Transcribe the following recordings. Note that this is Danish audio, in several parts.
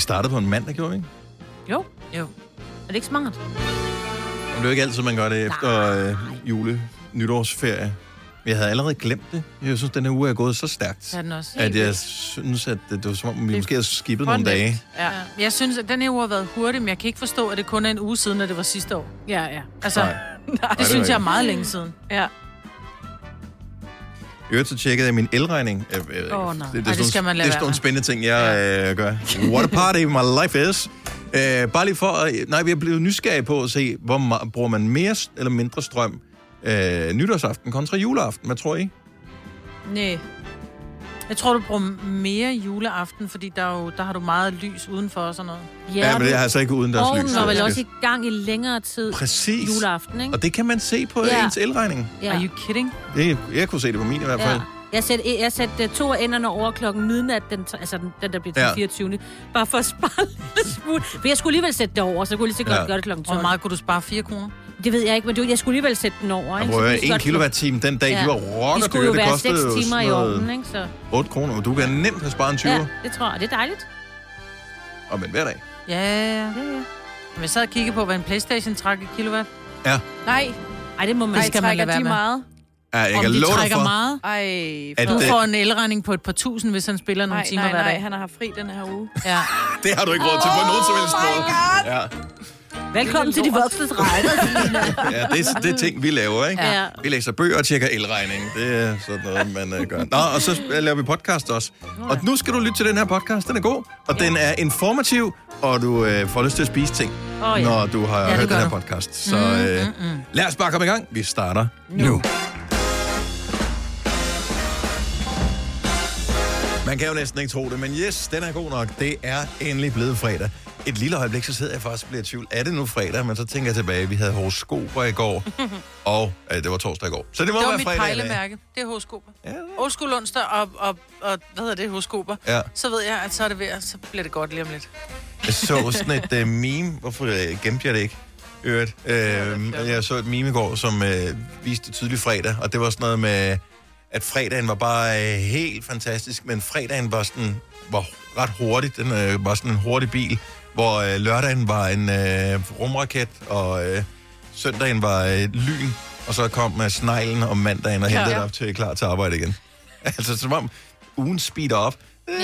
startede på en mandag, gjorde vi ikke? Jo. Er det ikke smart? Det er jo ikke altid, man gør det efter nytårsferie. Jeg havde allerede glemt det. Jeg synes, den her uge er gået så stærkt, at jeg synes, at det var som om, vi måske har skippet nogle dage. Ja. Jeg synes, at den her uge har været hurtig, men jeg kan ikke forstå, at det kun er en uge siden, at det var sidste år. Ja. Altså, det synes jeg er meget længe siden. Ja. I øvrigt så tjekkede jeg min elregning. Det skal man lade Det er sådan en spændende ting, jeg gør. What a party my life is. Bare lige for... vi er blevet nysgerrige på at se, bruger man mere eller mindre strøm nytårsaften kontra juleaften. Hvad tror I? Nej. Jeg tror, du bruger mere juleaften, fordi der har du meget lys udenfor og sådan noget. Ja, men det er altså ikke udendørs lys. Og vel også i gang i længere tid. Præcis. Juleaften, ikke? Og det kan man se på ens elregning. Ja. Are you kidding? Jeg kunne se det på min i hvert fald. Jeg satte 2 af enderne over klokken midnat, den der bliver den 24. Bare for at spare lidt smule. For jeg skulle alligevel sætte det over, så jeg kunne lige så godt gøre det klokken 12. Hvor meget kunne du spare? 4 kroner? Det ved jeg ikke, men jeg skulle alligevel sætte den over. Jeg bruger 1 kilowatt-time den dag, de var rockerdyr. Det skulle jo være 6 timer i ovnen, ikke? Så 8 kroner, og du kan nemt have sparet en 20. Ja, det tror jeg. Det er dejligt. Og men hver dag. Ja. Men så havde jeg kigget på, hvad en PlayStation trækker kilowatt. Ja. Nej, det må man ikke. Skal man lade være med. Meget? Ja, jeg om kan de love trækker for, meget. Du får en elregning på et par tusind, hvis han spiller nogle timer hver dag. Nej, han har haft fri den her uge. Ja. Det har du ikke råd til på nogen som helst måde. Ja. Velkommen til de voksnes regner. Ja, det er ting, vi laver, ikke? Ja. Vi læser bøger og tjekker elregningen. Det er sådan noget, man gør. Nå, og så laver vi podcast også. Og nu skal du lytte til den her podcast. Den er god, og den er informativ, og du får lyst til at spise ting, når du har hørt den her podcast. Så lad os bare komme i gang. Vi starter nu. Man kan jo næsten ikke tro det, men yes, den er god nok. Det er endelig blevet fredag. Et lille øjeblik, så sidder jeg faktisk og bliver i tvivl. Er det nu fredag? Men så tænker jeg tilbage, vi havde horoskoper i går, og det var torsdag i går. Så det må være fredag. Det var mit pejlemærke. Det er horoskoper. Ja, Old school onsdag og hvad hedder det, horoskoper. Ja. Så ved jeg, at så er det ved, så bliver det godt lige om lidt. Jeg så sådan et meme. Hvorfor gemte jeg det ikke? Jeg så et meme i går, som viste tydeligt fredag, og det var sådan noget med, at fredagen var bare helt fantastisk, men fredagen var ret hurtigt. Den var sådan en hurtig bil, hvor lørdagen var en rumraket, og søndagen var lyn, og så kom sneglen om mandagen og hentede det op til klar til arbejde igen. Altså, som om ugen speeder op.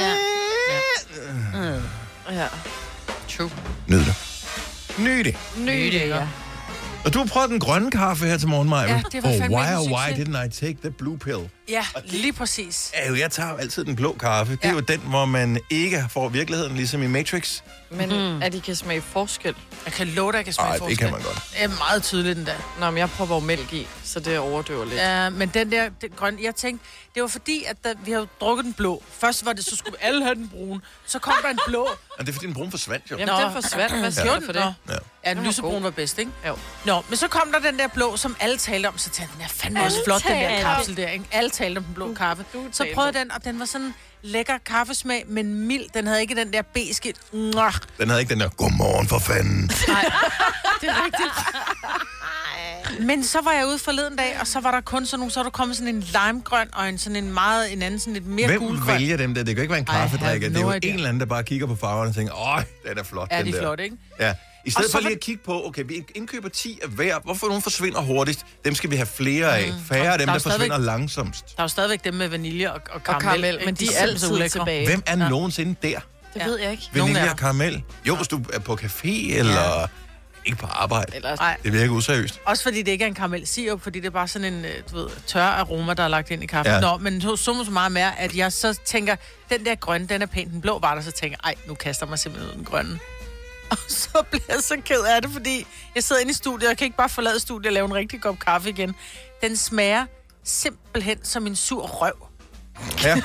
Ja. True. Nyd det. Nyd det. Ja. Og du har prøvet den grønne kaffe her til morgen, Maja. Ja, det var fandme en succes. Why didn't I take the blue pill? Ja, lige præcis. Jeg tager jo altid den blå kaffe. Det er jo den, hvor man ikke får virkeligheden, ligesom i Matrix. Men at de kan smage forskel. Jeg kan love dig, at jeg kan smage forskel. Det kan man godt. Det er meget tydeligt endda. Nå, men jeg prøver jo mælk i, så det overdøver lidt. Ja, men den grønne, jeg tænkte, det var fordi, at vi havde drukket den blå. Først var det, så skulle alle have den brune. Så kom der en blå. Men det er fordi, den brune forsvandt jo. Jamen, den forsvandt. Hvad siger du for det? Ja, den lysebrune var bedst, ikke? Jo. Nå, men så kom der den der blå, som alle talte om. Så tænkte den er fandme også flot, den der kapsel der, ikke? Alle talte om den blå kaffe. Så prøvede den, og den var sådan lækker kaffesmag, men mild. Den havde ikke den der beske. Den havde ikke den der, godmorgen for fanden. Nej, det er rigtigt. Men så var jeg ude forleden dag, og så var der kun sådan nogle, så er der kommet sådan en limegrøn, og en anden sådan lidt mere gulgrøn. Hvem vælger dem der? Det kan ikke være en kaffedrikker. Det er jo en eller anden, der bare kigger på farverne og tænker, den er flot, ja, den der. Ja, de er flot, ikke? Ja. I stedet for lige at kigge på, okay, vi indkøber 10 af hver. Hvorfor nogen forsvinder hurtigst? Dem skal vi have flere af. Færre af dem, der forsvinder langsomst. Der er jo stadigvæk dem med vanilje og karamel. Men de er altid tilbage. Hvem er nogensinde der? Det ved jeg ikke. Vanilje og karamel? Jo, hvis du er på café eller ikke på arbejde. Det virker useriøst. Også fordi det ikke er en karamelsirup, fordi det er bare sådan en tør aroma, der er lagt ind i kaffen. Ja. Nå, men så meget mere, at jeg så tænker, den der grønne, den er pæn, den blå var der, så tænker jeg, nu kaster mig simpelthen ud den grønne. Og så bliver jeg så ked af det, fordi jeg sidder inde i studiet, og jeg kan ikke bare forlade studiet og lave en rigtig kop kaffe igen. Den smager simpelthen som en sur røv. Ja.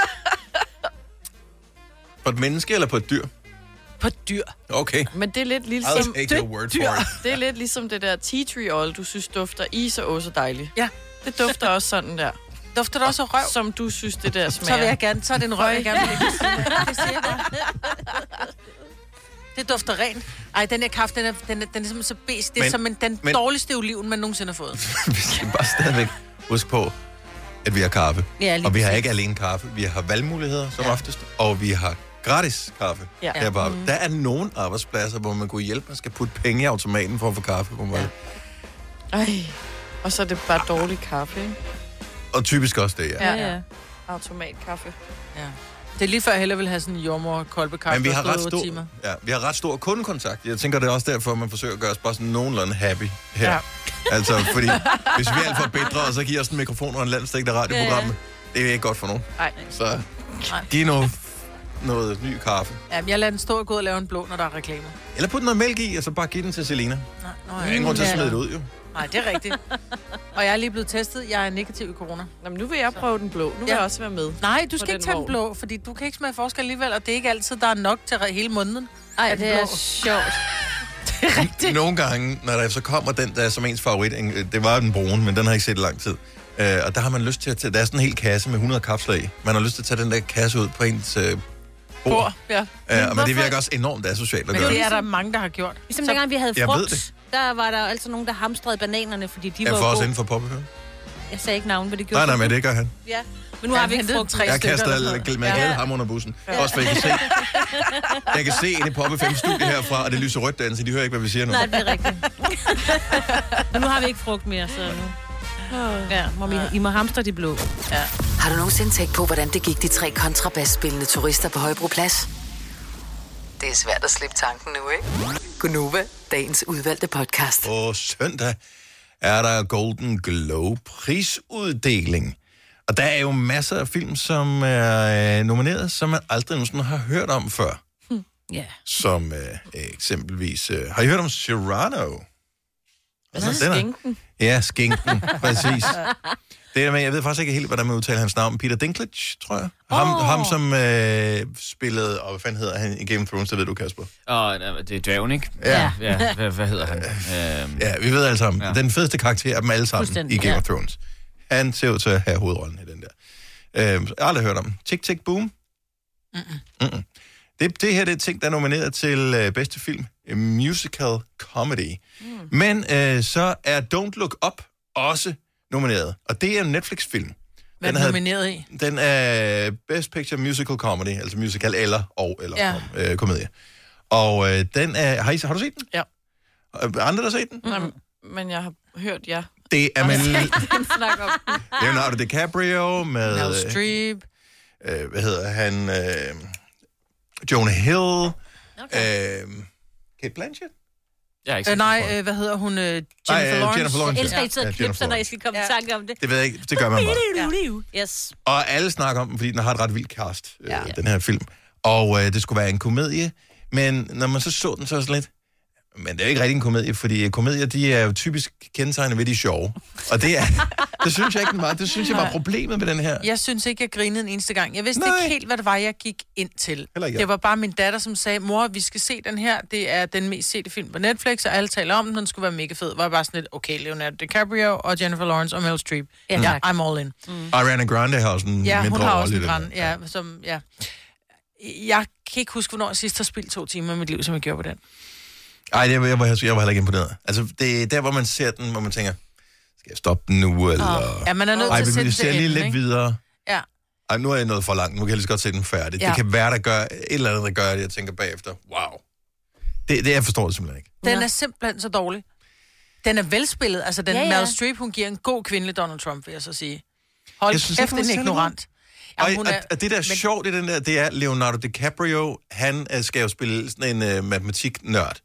På et menneske eller på et dyr? På et dyr. Okay. Men det er lidt ligesom dyr. Det er lidt ligesom det der tea tree oil, du synes dufter is og så dejligt. Ja. Det dufter også sådan der. Dufter det også af røv? Som du synes, det der smager. Så vil jeg gerne. Så er det en røv, jeg gerne vil lægge. Det siger jeg bare. Det dufter rent. Ej, den her kaffe, den er simpelthen så besk. Det er som den dårligste oliven, man nogensinde har fået. Vi skal bare stadigvæk huske på, at vi har kaffe. Ja, og vi har ikke alene kaffe. Vi har valgmuligheder som oftest, og vi har gratis kaffe. Ja. Her på arbejde. Der er nogle arbejdspladser, hvor man kunne hjælpe, man skal putte penge i automaten for at få kaffe på mig. Ej, og så er det bare dårlig kaffe, ikke? Og typisk også det, Ja. Automatkaffe. Ja. Det er lige før, jeg hellere vil have sådan en jordmor-kolbekaffe, Men vi har, der stod 8 timer. vi har ret stor kundekontakt. Jeg tænker, det er også derfor, at man forsøger at gøre os bare sådan nogenlunde happy her. Ja. Altså, fordi hvis vi er alt for bedre, og så giver os en mikrofon og en landstækkende radioprogram, det er ikke godt for nogen. Nej. Så giv noget ny kaffe. Ja, jeg lader den stå og gå og lave en blå, når der er reklamer. Eller put noget mælk i, og så bare give den til Selina. Der er ingen grund til at smide det ud, jo. Nej, det er rigtigt. Og jeg er lige blevet testet. Jeg er negativ i corona. Jamen, nu vil jeg prøve den blå. Nu vil jeg også være med. Nej, du skal ikke tage den blå, fordi du kan ikke smage forskel alligevel, og det er ikke altid, der er nok til hele måneden. Ej, det er sjovt. Det er rigtigt. Nogle gange, når der så kommer den, der er som ens favorit, det var den brune, men den har jeg ikke set i lang tid. Og der har man lyst til at tage, der er sådan en hel kasse med 100 kapsler i. Man har lyst til at tage den der kasse ud på ens bord. Ja. Men det virker også enormt asocialt at gøre. Men det er der mange, der har gjort. Ligesom dengang vi havde Jeg ved frugt, det. der var der altså nogen, der hamstrede bananerne, fordi de var Jeg får også gode. inden for poppekød. Jeg sagde ikke navn, hvad det gjorde. Nej, men det gør han. Ja, men nu har vi ikke frugt. 3 Jeg stykker. kaster med glæde ham under bussen. Også for jeg kan se ind i Poppe 5 studie herfra, og det lyser rødt derinde, så de hører ikke, hvad vi siger nu. Nej, det er rigtigt. Men nu har vi ikke frugt mere, så nu... Ja, I må hamstre de blå. Ja. Har du nogensinde tænkt på, hvordan det gik de 3 kontrabasspillende turister på Højbroplads? Det er svært at slippe tanken nu, ikke? Gunova, dagens udvalgte podcast. På søndag er der Golden Globe prisuddeling. Og der er jo masser af film, som er nomineret, som man aldrig nogensinde har hørt om før. Ja. Som eksempelvis... har I hørt om Cyrano? Altså, Skinken. Ja, Skinken, præcis. Det er med, jeg ved faktisk ikke helt, hvordan man udtaler hans navn. Peter Dinklage, tror jeg. Ham som spillede... Og hvad fanden hedder han i Game of Thrones? Det ved du, Kasper. Det er dværgen, ikke? Ja. Hvad hedder han? Ja, vi ved alle sammen. Ja. Den fedeste karakter af dem alle sammen i Game of Thrones. Han ser ud til at have hovedrollen i den der. Jeg har aldrig hørt om. Tick, tick, boom. Det her det er ting, der er nomineret til bedste film. Musical comedy. Men så er Don't Look Up også nomineret. Og det er en Netflix-film. Hvad er den nomineret i? Den er Best Picture Musical Comedy, altså musical eller komedie. Og den er... Har du set den? Ja. Andre, der har set den? Men jeg har hørt Det er med snak om. Leonardo DiCaprio, med... Meryl Streep. Hvad hedder han? Jonah Hill. Kate Blanchett? Jeg ikke Hvad hedder hun? Jennifer Lawrence. Jeg elsker ikke at klippe sig, når jeg skal komme i tanke om det. Det ved jeg ikke. Det gør man bare. Yes. Og alle snakker om den, fordi den har et ret vildt cast, den her film. Og det skulle være en komedie. Men når man så den, så er det sådan lidt... Men det er jo ikke rigtig en komedie, fordi komedier, de er jo typisk kendetegnet ved de sjove. Og det synes jeg ikke meget. Det synes jeg var problemet med den her. Jeg synes ikke, jeg grinede en eneste gang. Jeg vidste ikke helt, hvad det var, jeg gik ind til. Det var bare min datter, som sagde, mor, vi skal se den her. Det er den mest sete film på Netflix, og alle taler om den. Den skulle være mega fed. Var bare sådan lidt, okay, Leonardo DiCaprio og Jennifer Lawrence og Meryl Streep. Ja, I'm all in. Ariana Grande har også en mindre rolle. Ja, hun har også en grande. Jeg kan ikke huske, hvornår jeg sidst har spildt 2 timer af mit liv, som jeg gjorde på den. Ej, jeg var heller ikke imponeret. Altså, det er der, hvor man ser den, hvor man tænker, skal jeg stoppe den nu, eller... Ja, man er nødt til at sætte det lige lidt ikke? videre. Ja. Ej, nu er jeg nået for langt. Nu kan jeg lige så godt se den færdig. Ja. Det kan være, der gør et eller andet, der gør, at jeg tænker bagefter, wow. Det jeg forstår det simpelthen ikke. Den er simpelthen så dårlig. Den er velspillet. Altså, Meryl Streep, hun giver en god kvindelig Donald Trump, vil jeg så sige. Hold kæft, en ignorant. Og det der er sjovt i den der, det er Leonardo DiCaprio, han skal jo spille sådan en matematiknørd.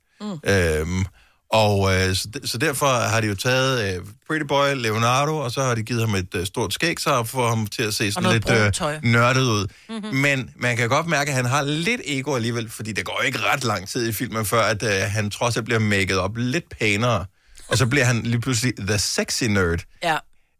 Så derfor har de jo taget Pretty Boy, Leonardo, og så har de givet ham et stort skæg, så for ham til at se sådan lidt nørdet ud. Men man kan godt mærke, at han har lidt ego alligevel, fordi det går ikke ret lang tid i filmen, før at han trods alt bliver maket op lidt pænere. Og så bliver han lige pludselig the sexy nerd. Ja.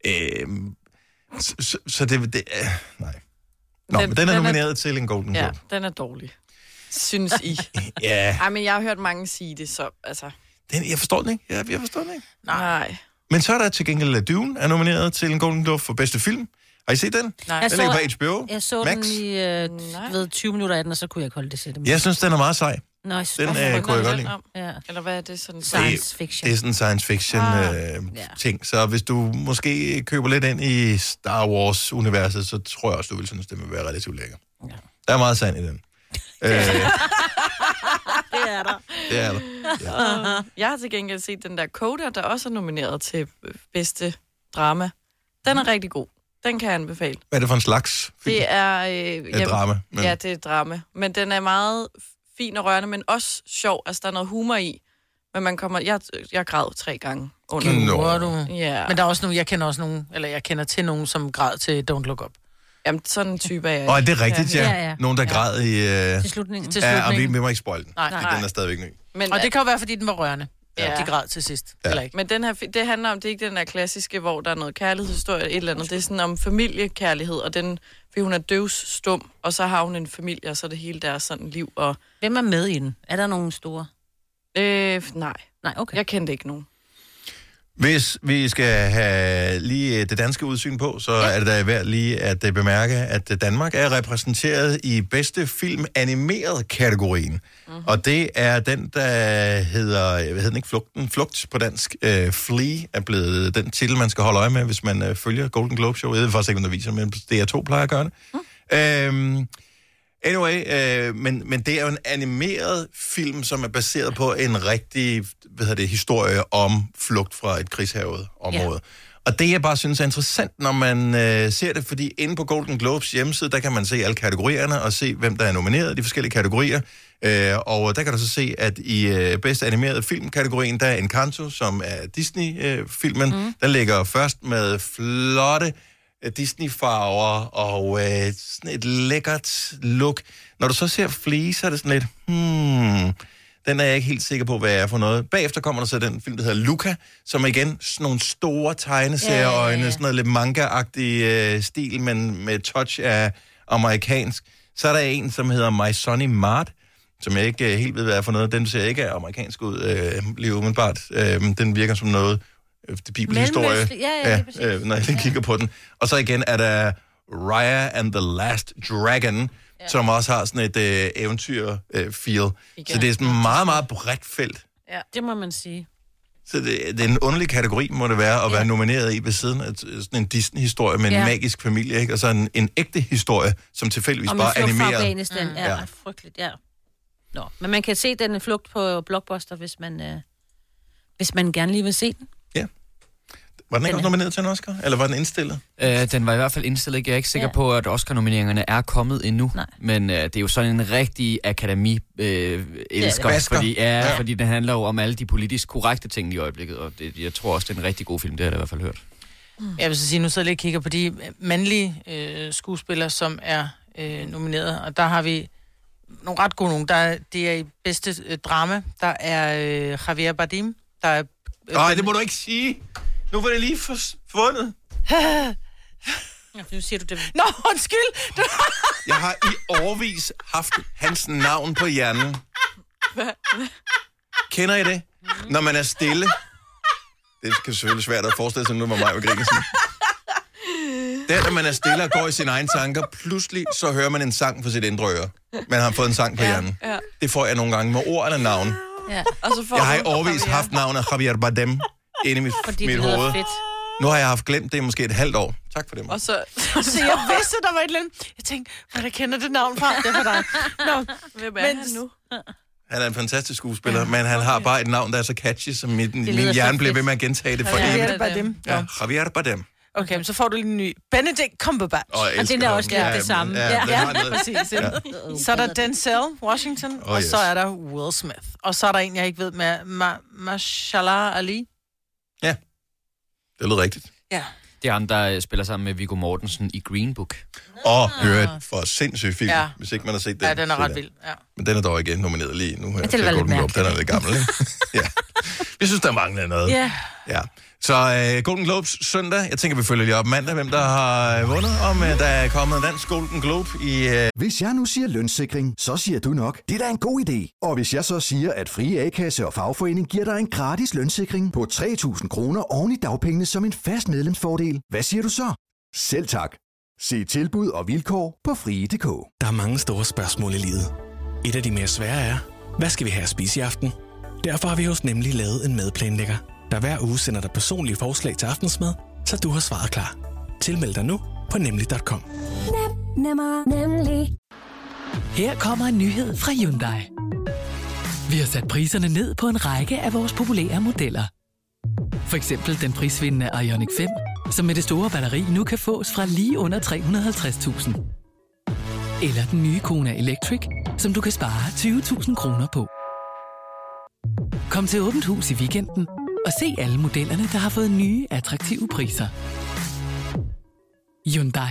Så det nej. Nå, men den er nomineret til en Golden Globe. Ja, den er dårlig. Synes I? Ja. Ej, men jeg har hørt mange sige det, så altså... Jeg forstår den ikke. Jeg forstår den ikke. Nej. Men så er der til gengæld Dune, er nomineret til en Golden Globe for bedste film. Har I set den? Nej. Den ligger på HBO. Jeg så Max. den i 20 minutter af den, og så kunne jeg ikke holde det til det. Jeg synes, den er meget sej. Nå, jeg synes, Den kunne jeg godt lide. Ja. Eller hvad er det sådan? Science fiction. Det er sådan en science fiction ting. Så hvis du måske køber lidt ind i Star Wars-universet, så tror jeg også, du vil synes, det vil være relativt lækker. Ja. Der er meget sand i den. Det er der. Det er der. Ja. Jeg har til gengæld set den der Coda, der også er nomineret til bedste drama. Den er rigtig god. Den kan jeg anbefale. Hvad er det for en slags film? Det er... drama. Men... Ja, det er drama. Men den er meget fin og rørende, men også sjov. Altså, der er noget humor i. Men man kommer... Jeg græd 3 gange under. Ja. Men der er også nogle... Jeg kender til nogen, som græd til Don't Look Up. Jamen, sådan en type er jeg. Og det er rigtigt, ja. Nogen, der græd i... Til slutningen. Ja, og vi må ikke spoil den. Nej. Den er stadigvæk ny. Men, og det kan jo være, fordi den var rørende. Ja. De græd til sidst. Ja. Eller ikke. Men den her, det handler om, det er ikke den der klassiske, hvor der er noget kærlighedshistorie eller et eller andet. Det er sådan om familiekærlighed, og fordi hun er døvsstum, og så har hun en familie, og så er det hele deres sådan liv. Og... Hvem er med i den? Er der nogen store? Nej. Nej, okay. Jeg kendte ikke nogen. Hvis vi skal have lige det danske udsyn på, så er det da værd lige at bemærke, at Danmark er repræsenteret i bedste film animeret kategorien. Mm-hmm. Og det er den, der hedder, jeg ved ikke, Flugt på dansk. Flea er blevet den titel, man skal holde øje med, hvis man følger Golden Globe Show. Jeg ved faktisk ikke, om der viser, men DR2 plejer at gøre det. Anyway, men det er jo en animeret film, som er baseret på en rigtig, historie om flugt fra et krigshærget område. Yeah. Og det, jeg bare synes er interessant, når man ser det, fordi inde på Golden Globes hjemmeside, der kan man se alle kategorierne og se, hvem der er nomineret i de forskellige kategorier. Og der kan du så se, at i bedste animerede film-kategorien, der er Encanto, som er Disney-filmen. Den ligger først med flotte Disney-farver og sådan et lækkert look. Når du så ser Flea, så er det sådan lidt, den er jeg ikke helt sikker på, hvad er for noget. Bagefter kommer der så den film, der hedder Luca, som er igen sådan nogle store tegneserieøjne, sådan noget lidt manga-agtig stil, men med touch af amerikansk. Så er der en, som hedder My Sonny Mart, som jeg ikke helt ved, hvad er for noget. Den ser ikke amerikansk ud, lige umiddelbart. Den virker som noget det bibelhistorie, når jeg kigger på den. Og så igen er der Raya and the Last Dragon, som også har sådan et eventyr-feel. Så det er sådan en meget, meget bredt felt. Ja, det må man sige. Så det er en underlig kategori, må det være, at være nomineret i ved siden af sådan en Disney-historie med en magisk familie, ikke? Og så en ægte historie, som tilfældigvis bare animeret. Og med flugt fra Afghanistan, frygteligt, Nå, men man kan se den flugt på Blockbuster, hvis man gerne lige vil se den. Ja. Var den ikke også nomineret til en Oscar? Eller var den indstillet? Den var i hvert fald indstillet. Jeg er ikke sikker på, at Oscar-nomineringerne er kommet endnu. Nej. Men det er jo sådan en rigtig akademi-elsker. Fordi det handler jo om alle de politisk korrekte ting i øjeblikket. Og jeg tror også, det er en rigtig god film. Det har jeg i hvert fald hørt. Jeg vil så sige, nu så lige kigger på de mandlige skuespillere, som er nomineret. Og der har vi nogle ret gode nogen. Det er i bedste drama. Der er Javier Bardem. Der er... Nej, det må du ikke sige. Nu var det lige forsvundet. Nu siger du det. Nå, undskyld. Jeg har i årevis haft hans navn på hjernen. Kender I det? Når man er stille. Det kan selvfølgelig svært at forestille sig, nu var mig og griner sådan. Der, når man er stille og går i sine egne tanker, pludselig så hører man en sang på sit indre øre. Man har fået en sang på hjernen. Ja. Det får jeg nogle gange med ord eller navn. Ja. Og så jeg har i årevis haft navnet Javier Bardem inde i mit hoved. Fedt. Nu har jeg haft glemt det måske et halvt år. Tak for det, Og så jeg vidste, der var et eller andet. Jeg tænkte, hvad der kender det navn fra? Det var dig. Hvem er han nu? Han er en fantastisk skuespiller, men han har bare et navn, der er så catchy, som min hjerne bliver ved med at gentage det for evigt. Javier Bardem. Ja, Javier Bardem. Okay, så får du lige en ny. Benedict Cumberbatch. Og den er også lidt det samme. Ja, præcis. Ja. Så er der Denzel Washington, og så er der Will Smith. Og så er der en, jeg ikke ved med, Mahershala Ali. Ja, det lyder rigtigt. Ja. Det er ham, der spiller sammen med Viggo Mortensen i Green Book. Hørt for sindssyg film, hvis ikke man har set den. Ja, den er ret vild. Ja. Men den er dog ikke nomineret lige nu her. Det er lidt mærkeligt. Den er lidt gammel, ikke? Ja. Jeg synes, der mangler noget. Ja. Så Golden Globes søndag. Jeg tænker, vi følger lige op mandag, hvem der har vundet, om der er kommet en dansk Golden Globe i... Hvis jeg nu siger lønssikring, så siger du nok, det er da en god idé. Og hvis jeg så siger, at Frie A-kasse og fagforening giver dig en gratis lønssikring på 3.000 kroner oven i dagpengene som en fast medlemsfordel, hvad siger du så? Selv tak. Se tilbud og vilkår på frie.dk. Der er mange store spørgsmål i livet. Et af de mere svære er, hvad skal vi have at spise i aften? Derfor har vi hos Nemlig lavet en madplanlægger, der hver uge sender dig personlige forslag til aftensmad, så du har svaret klar. Tilmeld dig nu på nemlig.com. Nemmer, nemlig. Her kommer en nyhed fra Hyundai. Vi har sat priserne ned på en række af vores populære modeller. For eksempel den prisvindende Ioniq 5, som med det store batteri nu kan fås fra lige under 350.000. Eller den nye Kona Electric, som du kan spare 20.000 kroner på. Kom til Åbent Hus i weekenden og se alle modellerne, der har fået nye, attraktive priser. Hyundai.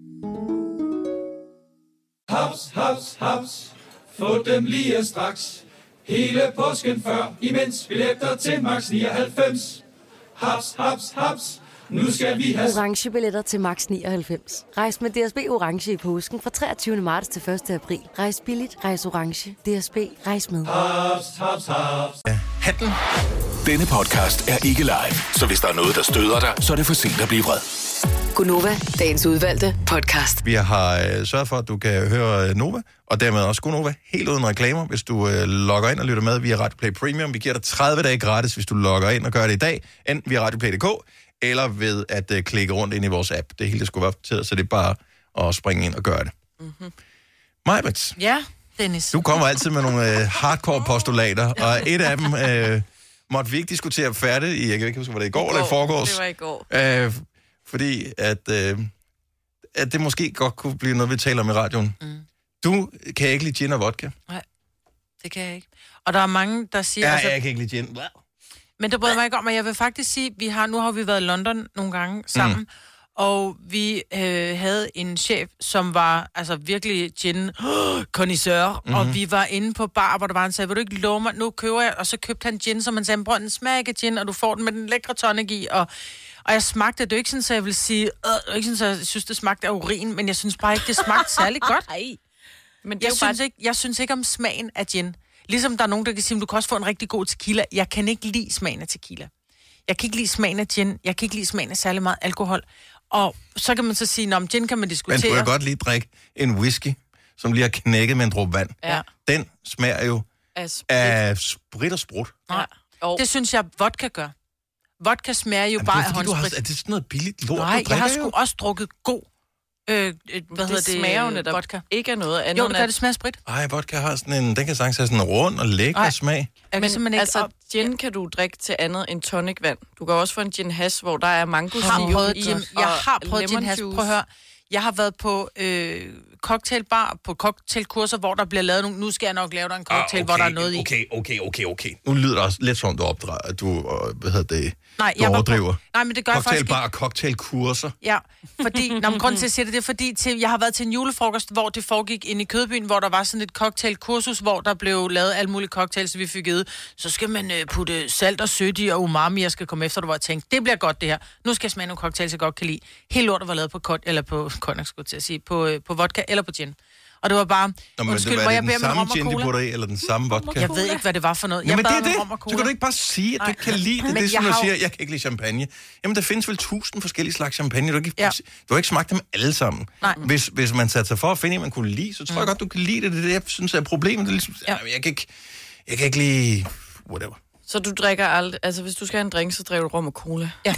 Haps, haps, haps. Få dem lige straks. Hele påsken før, imens billetter til max 99. Haps, haps, haps. Nu skal vi have orange billetter til max 99. Rejs med DSB orange i påsken fra 23. marts til 1. april. Rejs billigt, rejs orange. DSB, rejs med. Haps, haps, haps. Hatten. Denne podcast er ikke live, så hvis der er noget, der støder dig, så er det for sent at blive vred. Gunova, dagens udvalgte podcast. Vi har sørget for, at du kan høre Nova, og dermed også Gunova, helt uden reklamer, hvis du logger ind og lytter med via Radio Play Premium. Vi giver dig 30 dage gratis, hvis du logger ind og gør det i dag, enten via radioplay.dk, eller ved at klikke rundt ind i vores app. Det hele skulle være opdateret, så det er bare at springe ind og gøre det. Mm-hmm. Majbets. Ja, Dennis. Du kommer altid med nogle hardcore postulater, og et af dem måtte vi ikke diskutere færdigt i, jeg kan ikke huske, var det i går eller i forgårs? Det var i går. Fordi at det måske godt kunne blive noget, vi taler om i radioen. Mm. Du kan ikke lide gin og vodka. Nej, det kan jeg ikke. Og der er mange, der siger... Ja, jeg kan ikke lide gin. Men det bryder mig ikke om, og jeg vil faktisk sige, nu har vi været i London nogle gange sammen, og vi havde en chef, som var altså virkelig gin-connoisseur, og vi var inde på bar, hvor der var, han sagde, vil du ikke love mig, nu køber jeg, og så købte han gin, som han sagde, bror, den smager ikke gin, og du får den med den lækre tonic i, og jeg smagte det. Det er ikke sådan, så jeg vil sige, ikke sådan, så jeg synes, det smagte af urin, men jeg synes bare ikke, det smagte særlig godt. Men jeg synes ikke om smagen af gin. Ligesom der er nogen, der kan sige, at du kan også få en rigtig god tequila. Jeg kan ikke lide smagen af tequila. Jeg kan ikke lide smagen af gin. Jeg kan ikke lide smagen af særlig meget alkohol. Og så kan man så sige, om gin kan man diskutere. Men du kan godt lige drikke en whisky, som lige har knækket med en dråbe vand. Ja. Den smager jo af sprit og sprut. Nej, det synes jeg, vodka gør. Vodka smager jo bare af håndsprit. Er det sådan noget billigt lort, Nej, jeg har sgu også drukket god det smager jo netop vodka. Ikke af noget andet. Jo, det gør det smager sprit. Ej, vodka har sådan en, den kan sagtens have sådan en rund og lækker smag. Men altså, gin kan du drikke til andet end tonicvand. Du kan også få en gin hash, hvor der er mango i. Jeg har prøvet gin hash. Prøv at høre. Jeg har været på cocktailbar, på cocktailkurser, hvor der bliver lavet nogle... Nu skal jeg nok lave dig en cocktail, hvor der er noget i. Okay. Nu lyder det også lidt som, du opdrager, at du, du overdriver. Nej, men det gør cocktailbar og cocktailkurser. Ja, fordi... grunden til at sige det er fordi, jeg har været til en julefrokost, hvor det foregik inde i Kødbyen, hvor der var sådan et cocktailkursus, hvor der blev lavet alle mulige cocktails, vi fik givet. Så skal man putte salt og sødt i, og umami, jeg skal komme efter, hvor jeg tænkte, det bliver godt det her. Nu skal jeg smage nogle cocktails, jeg godt kan lide. Helt lortet var lavet på vodka eller på gin. Og det var bare... Undskyld, hvor jeg beder med rom og cola. Putter i, eller den samme vodka? Jeg ved ikke, hvad det var for noget. Jamen det er det. Så kan du ikke bare sige, at du kan lide det. Det er som du siger, jeg kan ikke lide champagne. Jamen der findes vel 1000 forskellige slags champagne. Du har ikke smagt dem alle sammen. Hvis man satte sig for at finde en, man kunne lide, så tror jeg godt, du kan lide det. Det er det, jeg synes er problemet. Det er ligesom, jeg kan ikke lide... Whatever. Så du drikker aldrig... Altså hvis du skal have en drink, så drikker du rom og cola? Ja.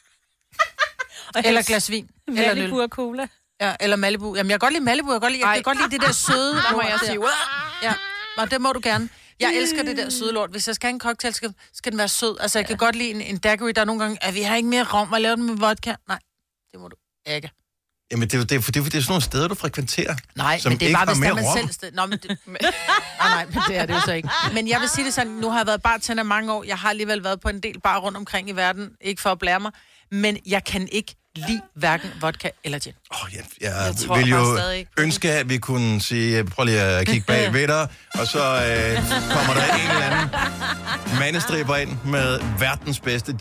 Eller glas vin. Eller Malibu og cola. Ja, eller Malibu. Jamen, jeg kan godt lide Malibu. Jeg kan godt lide det der søde. Der må jeg sige, ja, og det må du gerne. Jeg elsker det der søde lort. Hvis jeg skal have en cocktail, skal den være sød. Altså, jeg kan godt lide en daiquiri. Der er nogle gange, at vi har ikke mere rom og lave den med vodka. Nej, det må du ikke. Jamen, det er sådan nogle steder, du frekventerer. Nej, men det er bare, hvis der man selv sted. Nå, men det... nej, men det er det jo så ikke. Men jeg vil sige det sådan, nu har jeg været bartender mange år. Jeg har alligevel været på en del bar rundt omkring i verden. Ikke for at blære mig. Men jeg kan ikke lide hverken vodka eller gin. Jeg vil jo ønske, at vi kunne sige, prøv lige at kigge bag ved dig, og så kommer der en eller anden mandestriber ind med verdens bedste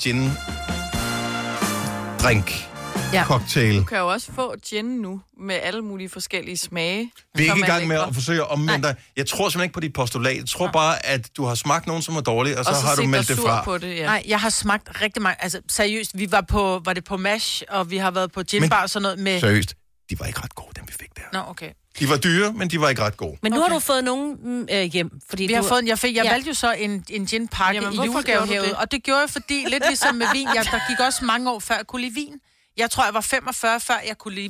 gin-drink. Cocktail. Du kan jo også få gin nu med alle mulige forskellige smage. Vi er ikke i gang med at forsøge at omvende dig. Jeg tror simpelthen ikke på dit postulat. Jeg tror bare, at du har smagt nogen, som er dårlige, og så har du meldt det fra. På det, ja. Nej, jeg har smagt rigtig meget. Altså, seriøst, vi var det på MASH, og vi har været på ginbar og sådan noget med... Seriøst, de var ikke ret gode, dem vi fik der. Nå, okay. De var dyre, men de var ikke ret gode. Men nu har du fået nogen hjem. Fordi vi har fået jeg valgte jo så en ginpakke i julegave herude, og det gjorde jeg, fordi lidt ligesom med vin, der gik også mange år før jeg kunne lide vin. Jeg tror, jeg var 45, før jeg kunne lide vin.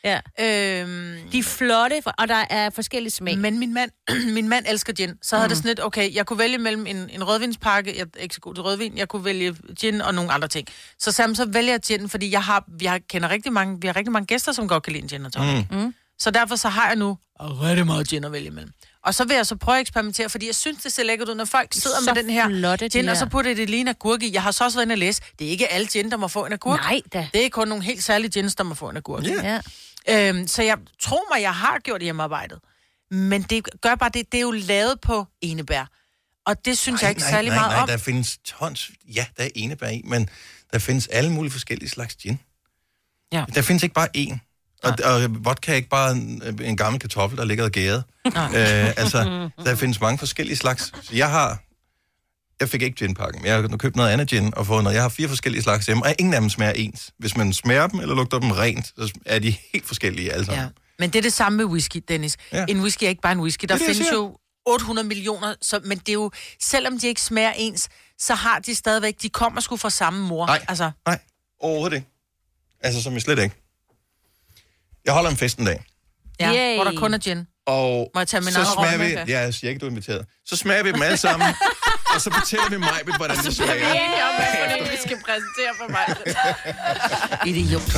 Ja. De er flotte, og der er forskellige smag. Men min mand elsker gin. Så havde det sådan lidt, okay, jeg kunne vælge mellem en rødvinspakke, jeg er ikke så god til rødvin, jeg kunne vælge gin og nogle andre ting. Så vælger jeg gin, fordi vi har rigtig mange gæster, som godt kan lide en gin og tonic. Så derfor så har jeg nu rigtig meget gin at vælge imellem. Og så vil jeg så prøve at eksperimentere, fordi jeg synes, det ser lækkert ud, når folk sidder med den her gin, og så putter det lige en agurk i. Jeg har så også været inde og læse, det er ikke alle gin, der må få en agurk. Nej da. Det er kun nogle helt særlige gins, der må få en agurk. Så jeg tror mig, jeg har gjort hjemmearbejdet. Men det gør bare det er jo lavet på enebær. Og det synes jeg ikke særlig meget om. Nej, der findes tons. Ja, der er enebær i, men der findes alle mulige forskellige slags gin. Ja. Der findes ikke bare én. Og vodka er ikke bare en gammel kartoffel, der ligger og gæret. Der findes mange forskellige slags. Så jeg fik ikke ginpakken. Jeg har købt noget andet gin og fået noget. Jeg har 4 forskellige slags hjemme, og ingen af dem smager ens. Hvis man smager dem eller lugter dem rent, så er de helt forskellige alle sammen. Ja. Men det er det samme med whisky, Dennis. Ja. En whisky er ikke bare en whisky. Der findes jo 800 millioner, men det er jo, selvom de ikke smager ens, så har de stadigvæk, de kommer sgu fra samme mor. Nej, overhovedet ikke. Altså, som jeg slet ikke. Jeg holder en fest en dag. Ja, hvor der kun er gin. Og må jeg tage min så smager vi... Ja, jeg siger ikke, du er inviteret. Så smager vi dem alle sammen, og så fortæller vi mig, hvordan det smager. Så bliver vi enige om, hvad vi skal præsentere for mig. Idiot.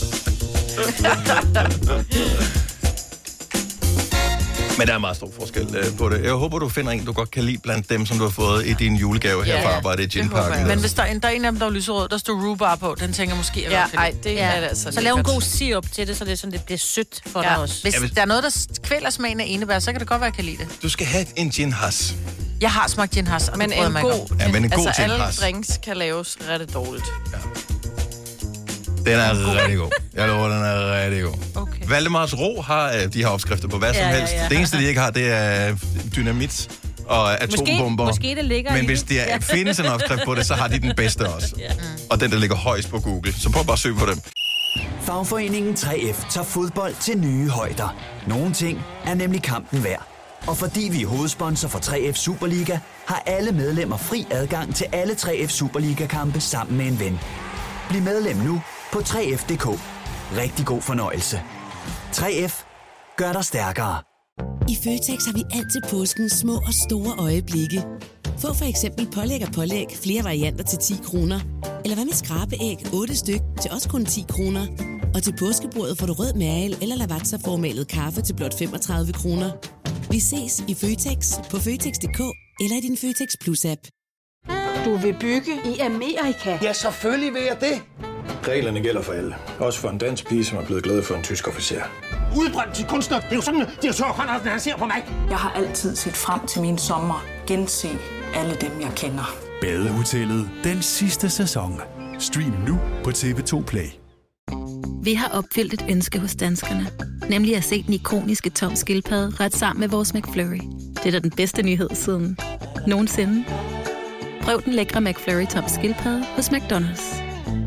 Men der er meget stor forskel på det. Jeg håber, du finder en, du godt kan lide blandt dem, som du har fået i din julegave her fra arbejde i ginpakken. Men hvis der er en af dem, der er lyserød, der står rhubarb på, den tænker måske... det er det altså. Så lav en god sirup til det, så det, er sådan, det bliver sødt for dig også. Hvis der er noget, der kvæler smagen af enebær, så kan det godt være, at jeg kan lide det. Du skal have en gin has. Jeg har smagt gin has, og men det prøver en mig god, ja, men en god altså gin alle has. drinks kan laves rigtig dårligt. Ja. Den er rigtig god. Jeg lover, den er rigtig god. Okay. Valdemars Ro har de her opskrifter på hvad som helst. Det eneste, de ikke har, det er dynamit og atombomber. Måske det ligger men hvis der findes en opskrift på det, så har de den bedste også. Og den, der ligger højst på Google. Så prøv bare at søge på dem. Fagforeningen 3F tager fodbold til nye højder. Nogle ting er nemlig kampen værd. Og fordi vi er hovedsponsor for 3F Superliga, har alle medlemmer fri adgang til alle 3F Superliga-kampe sammen med en ven. Bliv medlem nu på 3F.dk. Rigtig god fornøjelse. 3F gør dig stærkere. I Føtex har vi altid påskens små og store øjeblikke. Få for eksempel pålæg og pålæg flere varianter til 10 kroner. Eller hvad med skrabeæg 8 styk til også kun 10 kroner. Og til påskebordet får du rød mal eller lavatserformalet kaffe til blot 35 kroner. Vi ses i Føtex på Føtex.dk eller i din Føtex Plus-app. Du vil bygge i Amerika? Ja, selvfølgelig vil jeg det. Reglerne gælder for alle. Også for en dansk pige, som er blevet glad for en tysk officer. Udbrændt til kunstner. Det er jo sådan, at direktør Conradsen, han ser på mig. Jeg har altid set frem til min sommer. Gense alle dem, jeg kender. Badehotellet den sidste sæson. Stream nu på TV2 Play. Vi har opfyldt et ønske hos danskerne. Nemlig at se den ikoniske Tom Skildpadde ret sammen med vores McFlurry. Det er da den bedste nyhed siden nogensinde. Prøv den lækre McFlurry Tom Skildpadde hos McDonald's.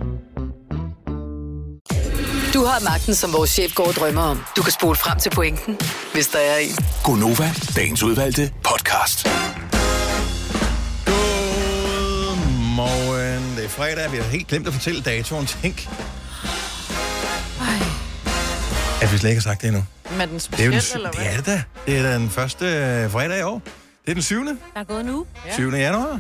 Du har magten, som vores chef går og drømmer om. Du kan spole frem til pointen, hvis der er en. Gonova, dagens udvalgte podcast. Godmorgen. Det er fredag. Vi har helt glemt at fortælle datoen. Tænk. At vi slet ikke har sagt det endnu. Men den speciel, eller hvad? Det er det da. Det er den første fredag i år. Det er den 7. Der er gået nu. 7. januar.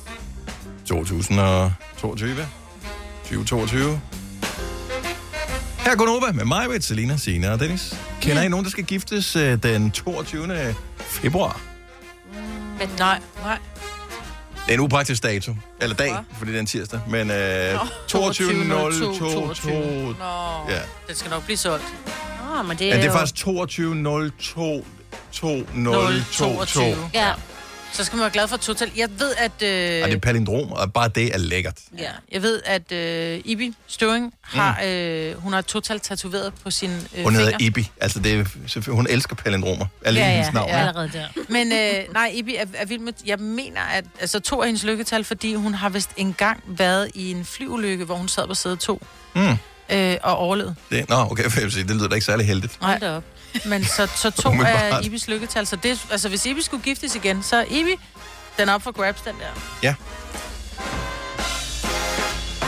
2022. 2022. Her er Gonova med mig, med Selina, Signe og Dennis. Kender I nogen, der skal giftes den 22. februar? Men nej. Det er en upraktisk dato. Eller dag, fordi det er en tirsdag. Men 22.02. Ja. Det skal nok blive solgt. Men det er, ja, det er jo... faktisk 22.02.2022. Ja. Så skal man være glad for total. Jeg ved, at... Og det er palindrom, og bare det er lækkert. Ja. Jeg ved, at Ibi Støvring har... hun har total tatoveret på sin hun finger. hedder Ibi. Altså, det er, hun elsker palindromer. Alene hendes navn. Ja, allerede der. Men nej, Ibi er vild med... Jeg mener, at 2 af hendes lykketal, fordi hun har vist engang været i en flyulykke, hvor hun sad på sæde 2. Og overlevede. Okay, det lyder da ikke særlig heldigt. Nej, derop. Men så 2 er Ibis lykketal. Så det, altså, hvis Ibi skulle giftes igen, så er Ibi, den er op for grabs, den der. Ja.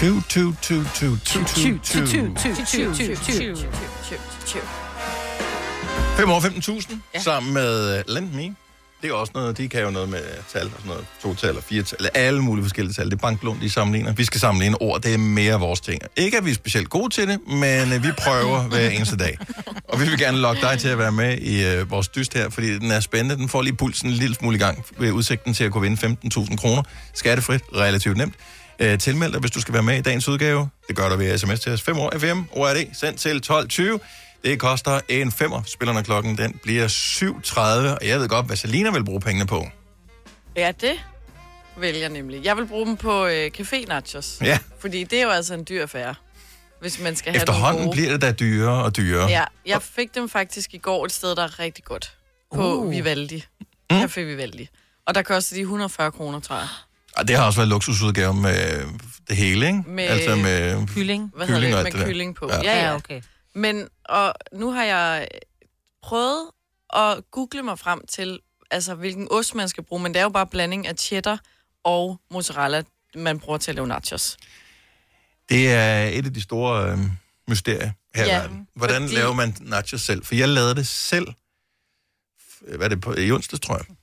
5 år 15.000 sammen med Lend Me. Det er også noget, de kan jo noget med tal og sådan noget. 2-tal og 4-tal, alle mulige forskellige tal. Det er banklån, de sammenligner. Vi skal sammenligne ord, det er mere vores ting. Ikke at vi er specielt gode til det, men vi prøver hver eneste dag. Og vi vil gerne lokke dig til at være med i vores dyst her, fordi den er spændende. Den får lige pulsen en lille smule i gang ved udsigten til at kunne vinde 15.000 kroner. Skattefrit, relativt nemt. Tilmeld dig, hvis du skal være med i dagens udgave. Det gør du ved sms til os. 5 år FM, ORD, sendt til 12.20. Det koster en 5'er. Spiller når klokken den bliver 7.30, og jeg ved godt, hvad Selina vil bruge pengene på. Ja, det vil jeg nemlig. Jeg vil bruge dem på café nachos. Ja. Fordi det er jo altså en dyr affære, hvis man skal have efterhånden bliver det da dyrere og dyrere. Ja, jeg fik dem faktisk i går et sted, der er rigtig godt. På Vivaldi. Café Vivaldi. Og der koster de 140 kroner, tror jeg. Og det har også været luksusudgave med det hele, ikke? Med altså med kylling. Hvad hedder det? Med kylling på. Ja, okay. Men og nu har jeg prøvet at google mig frem til, altså hvilken ost man skal bruge, men det er jo bare blanding af cheddar og mozzarella, man bruger til at lave nachos. Det er et af de store mysterier her i verden. Hvordan laver man nachos selv? For jeg lavede det selv, hvad er det på, i onsdags, tror jeg,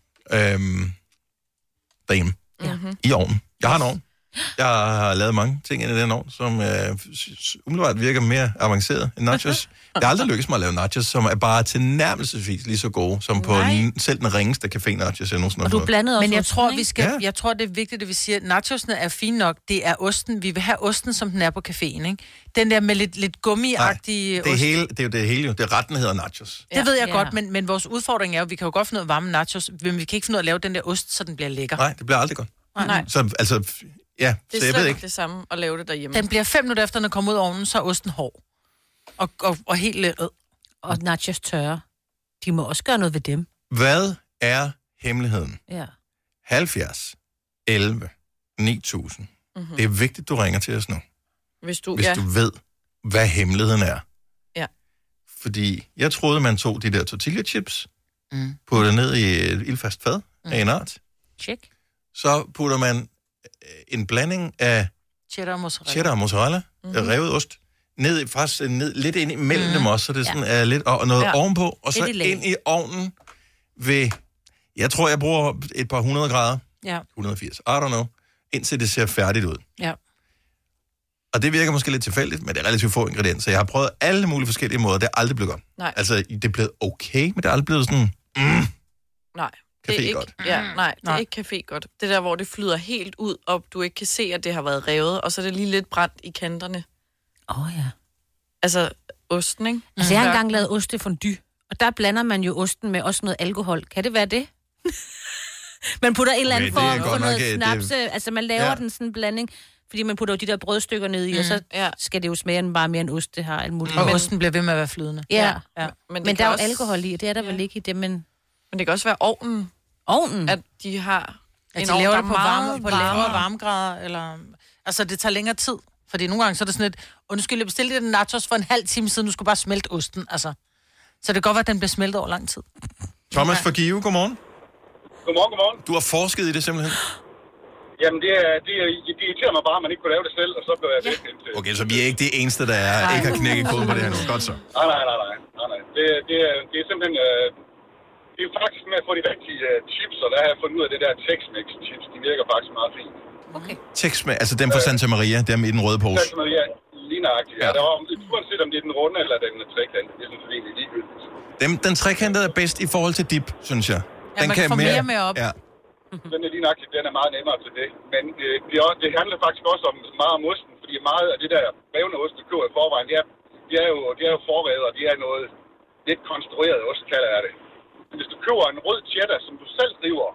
derhjemme, i ovnen. Jeg har en ovn. Jeg har lavet mange ting ind i den ovn, som umiddelbart virker mere avanceret end nachos. Det har aldrig lykkes mig at lave nachos, som er bare tilnærmelsesvis lige så gode, som på selv den ringeste café nachos. Og du blandede også. Men jeg tror, det er vigtigt, at vi siger, at nachosene er fine nok. Det er osten. Vi vil have osten, som den er på caféen, ikke? Den der med lidt gummiagtige ost. Det er jo det hele. Det er retten, der hedder nachos. Det ved jeg godt, men vores udfordring er jo, vi kan jo godt finde ud af varme nachos, men vi kan ikke finde ud af at lave den der ost, så den bliver lækker. Nej, det bliver aldrig godt. Nej. Så altså... Ja, det er slet ikke det samme at lave det derhjemme. Den bliver 5 minutter efter, den er kommet ud af ovnen, så er osten hård. Og helt let. Og nachos tørre. De må også gøre noget ved dem. Hvad er hemmeligheden? Ja. 70, 11, 9000. Det er vigtigt, du ringer til os nu. Hvis du ved, hvad hemmeligheden er. Ja. Fordi jeg troede, man tog de der tortilla chips, putter ned i et ildfast fad af en art. Check. Så putter man en blanding af cheddar og mozzarella, revet ost, ned lidt ind imellem dem også, så det sådan er lidt og noget ovenpå, og så ind i ovnen ved, jeg tror, jeg bruger et par 100 grader, 180, I don't know, indtil det ser færdigt ud. Ja. Og det virker måske lidt tilfældigt, men det er relativt få ingredienser. Jeg har prøvet alle mulige forskellige måder, det er aldrig blevet godt. Nej. Altså, det er blevet okay, men det er aldrig blevet sådan, nej. Det er ikke, det er ikke café godt. Det der, hvor det flyder helt ud, og du ikke kan se, at det har været revet, og så er det lige lidt brændt i kanterne. Ja. Altså, osten, ikke? Altså, jeg har engang lavet ostefondue, og der blander man jo osten med også noget alkohol. Kan det være det? Man putter en eller anden form for noget snaps. Altså, man laver den sådan en blanding, fordi man putter jo de der brødstykker ned i, og så skal det jo smage bare mere end ost, det har alt muligt. Og osten bliver ved med at være flydende. Ja. Men der er jo alkohol i, og det er der vel ikke i det, men det kan også være ovnen. Ovnen? At de har en ovn, laver det på lavere varmegrader, eller... Altså, det tager længere tid. Fordi nogle gange så er det sådan et, undskyld, jeg bestilte den nachos for en halv time siden, du skulle bare smelte osten, altså. Så det kan godt være, at den bliver smeltet over lang tid. Thomas fra Give, godmorgen. Godmorgen. Du har forsket i det simpelthen? Jamen, det irriterer mig bare, at man ikke kunne lave det selv, og så blev jeg lidt til. Okay, så vi er ikke det eneste, der ikke har knækket koden på det her nu. Godt så. Nej. Det er simpelthen... Det er faktisk med at få de rigtige chips, og der har jeg fundet ud af det der Tex-Mex chips. De virker faktisk meget fint. Okay. Tex-Mex, altså dem fra Santa Maria, dem i den røde pose. Santa Maria, lige nøjagtigt. Ja. Uanset om det er den runde eller den trekantede, det er sådan egentlig ligegyldigt. Den trekantede er bedst i forhold til dip, synes jeg. Den man kan få mere med op. Ja. Den er lige nøjagtigt, den er meget nemmere til det. Men det handler faktisk også om meget om osten, fordi meget af det der revne ost, du køber i forvejen, de er jo forrevet, og de er noget lidt konstrueret ost, kalder jeg det. Hvis du køber en rød cheddar, som du selv driver,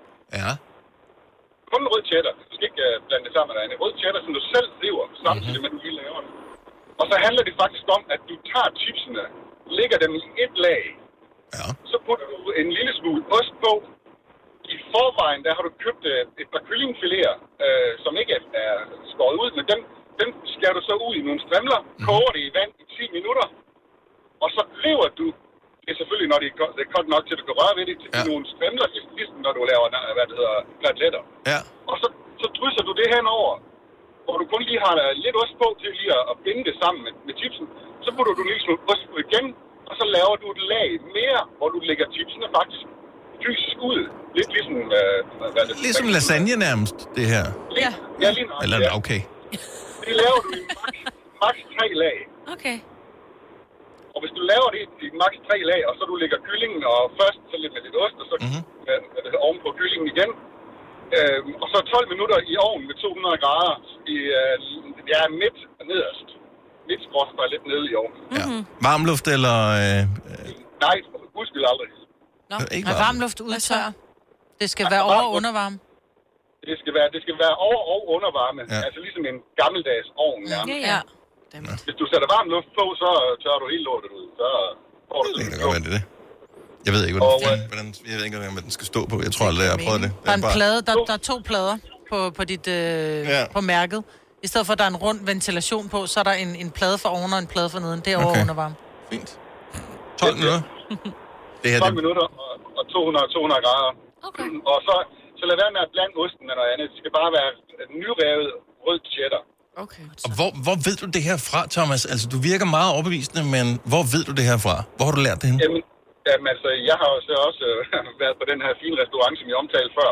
kun en rød cheddar, du skal ikke blande det sammen med dig, en rød cheddar, som du selv driver, samtidig med, at du lige laver den. Og så handler det faktisk om, at du tager chipsene, lægger dem i et lag, så putter du en lille smule ost på. I forvejen, der har du købt et par kyllingfiléer, som ikke er skåret ud, men dem skærer du så ud i nogle strimler, koger det i vand i 10 minutter, og så river du. Det er selvfølgelig, når det er koldt nok til, at du kan røre ved det, til nogle strimler, ligesom når du laver, klatletter. Ja. Og så drysser du det henover, hvor du kun lige har lidt ost på til lige at binde det sammen med chipsen. Så putter du en lille smule ost på igen, og så laver du et lag mere, hvor du lægger chipsene faktisk fysisk ud. Lidt ligesom... Ligesom lasagne nærmest, det her. Ja, lige nok. Eller okay. Det laver du i max 3 lag. Okay. Og hvis du laver det i max 3 lag, og så du lægger kyllingen, og først så lidt med lidt ost, og så oven på kyllingen igen. Og så 12 minutter i ovnen med 200 grader i midt og nederst. Midt skråstrej lidt nede i ovnen. Ja. Varmluft eller... Nej, husk aldrig. Nå, varmluft udtør. Det skal være over- og undervarme. Det skal være over- og undervarme. Ja. Altså ligesom en gammeldags ovn. Ja. Hvis du sætter varm luft på, så tørrer du helt lortet ud. Så får du det. Jeg ved ikke, hvordan den skal stå på. Jeg tror aldrig, jeg har prøvet det. Der er en plade. Der er 2 plader på dit på mærket. I stedet for, at der er en rund ventilation på, så er der en plade for oven og en plade for neden. Det er over- og undervarme. Fint. 12 minutter. Det her, 12 minutter og 200 grader. Okay. Og så lad være med at blande osten med noget andet. Det skal bare være nyrevet rød cheddar. Okay. Og hvor ved du det her fra, Thomas? Altså, du virker meget overbevisende, men hvor ved du det her fra? Hvor har du lært det henne? Jamen altså, jeg har også været på den her fine restaurant, som jeg omtalte før.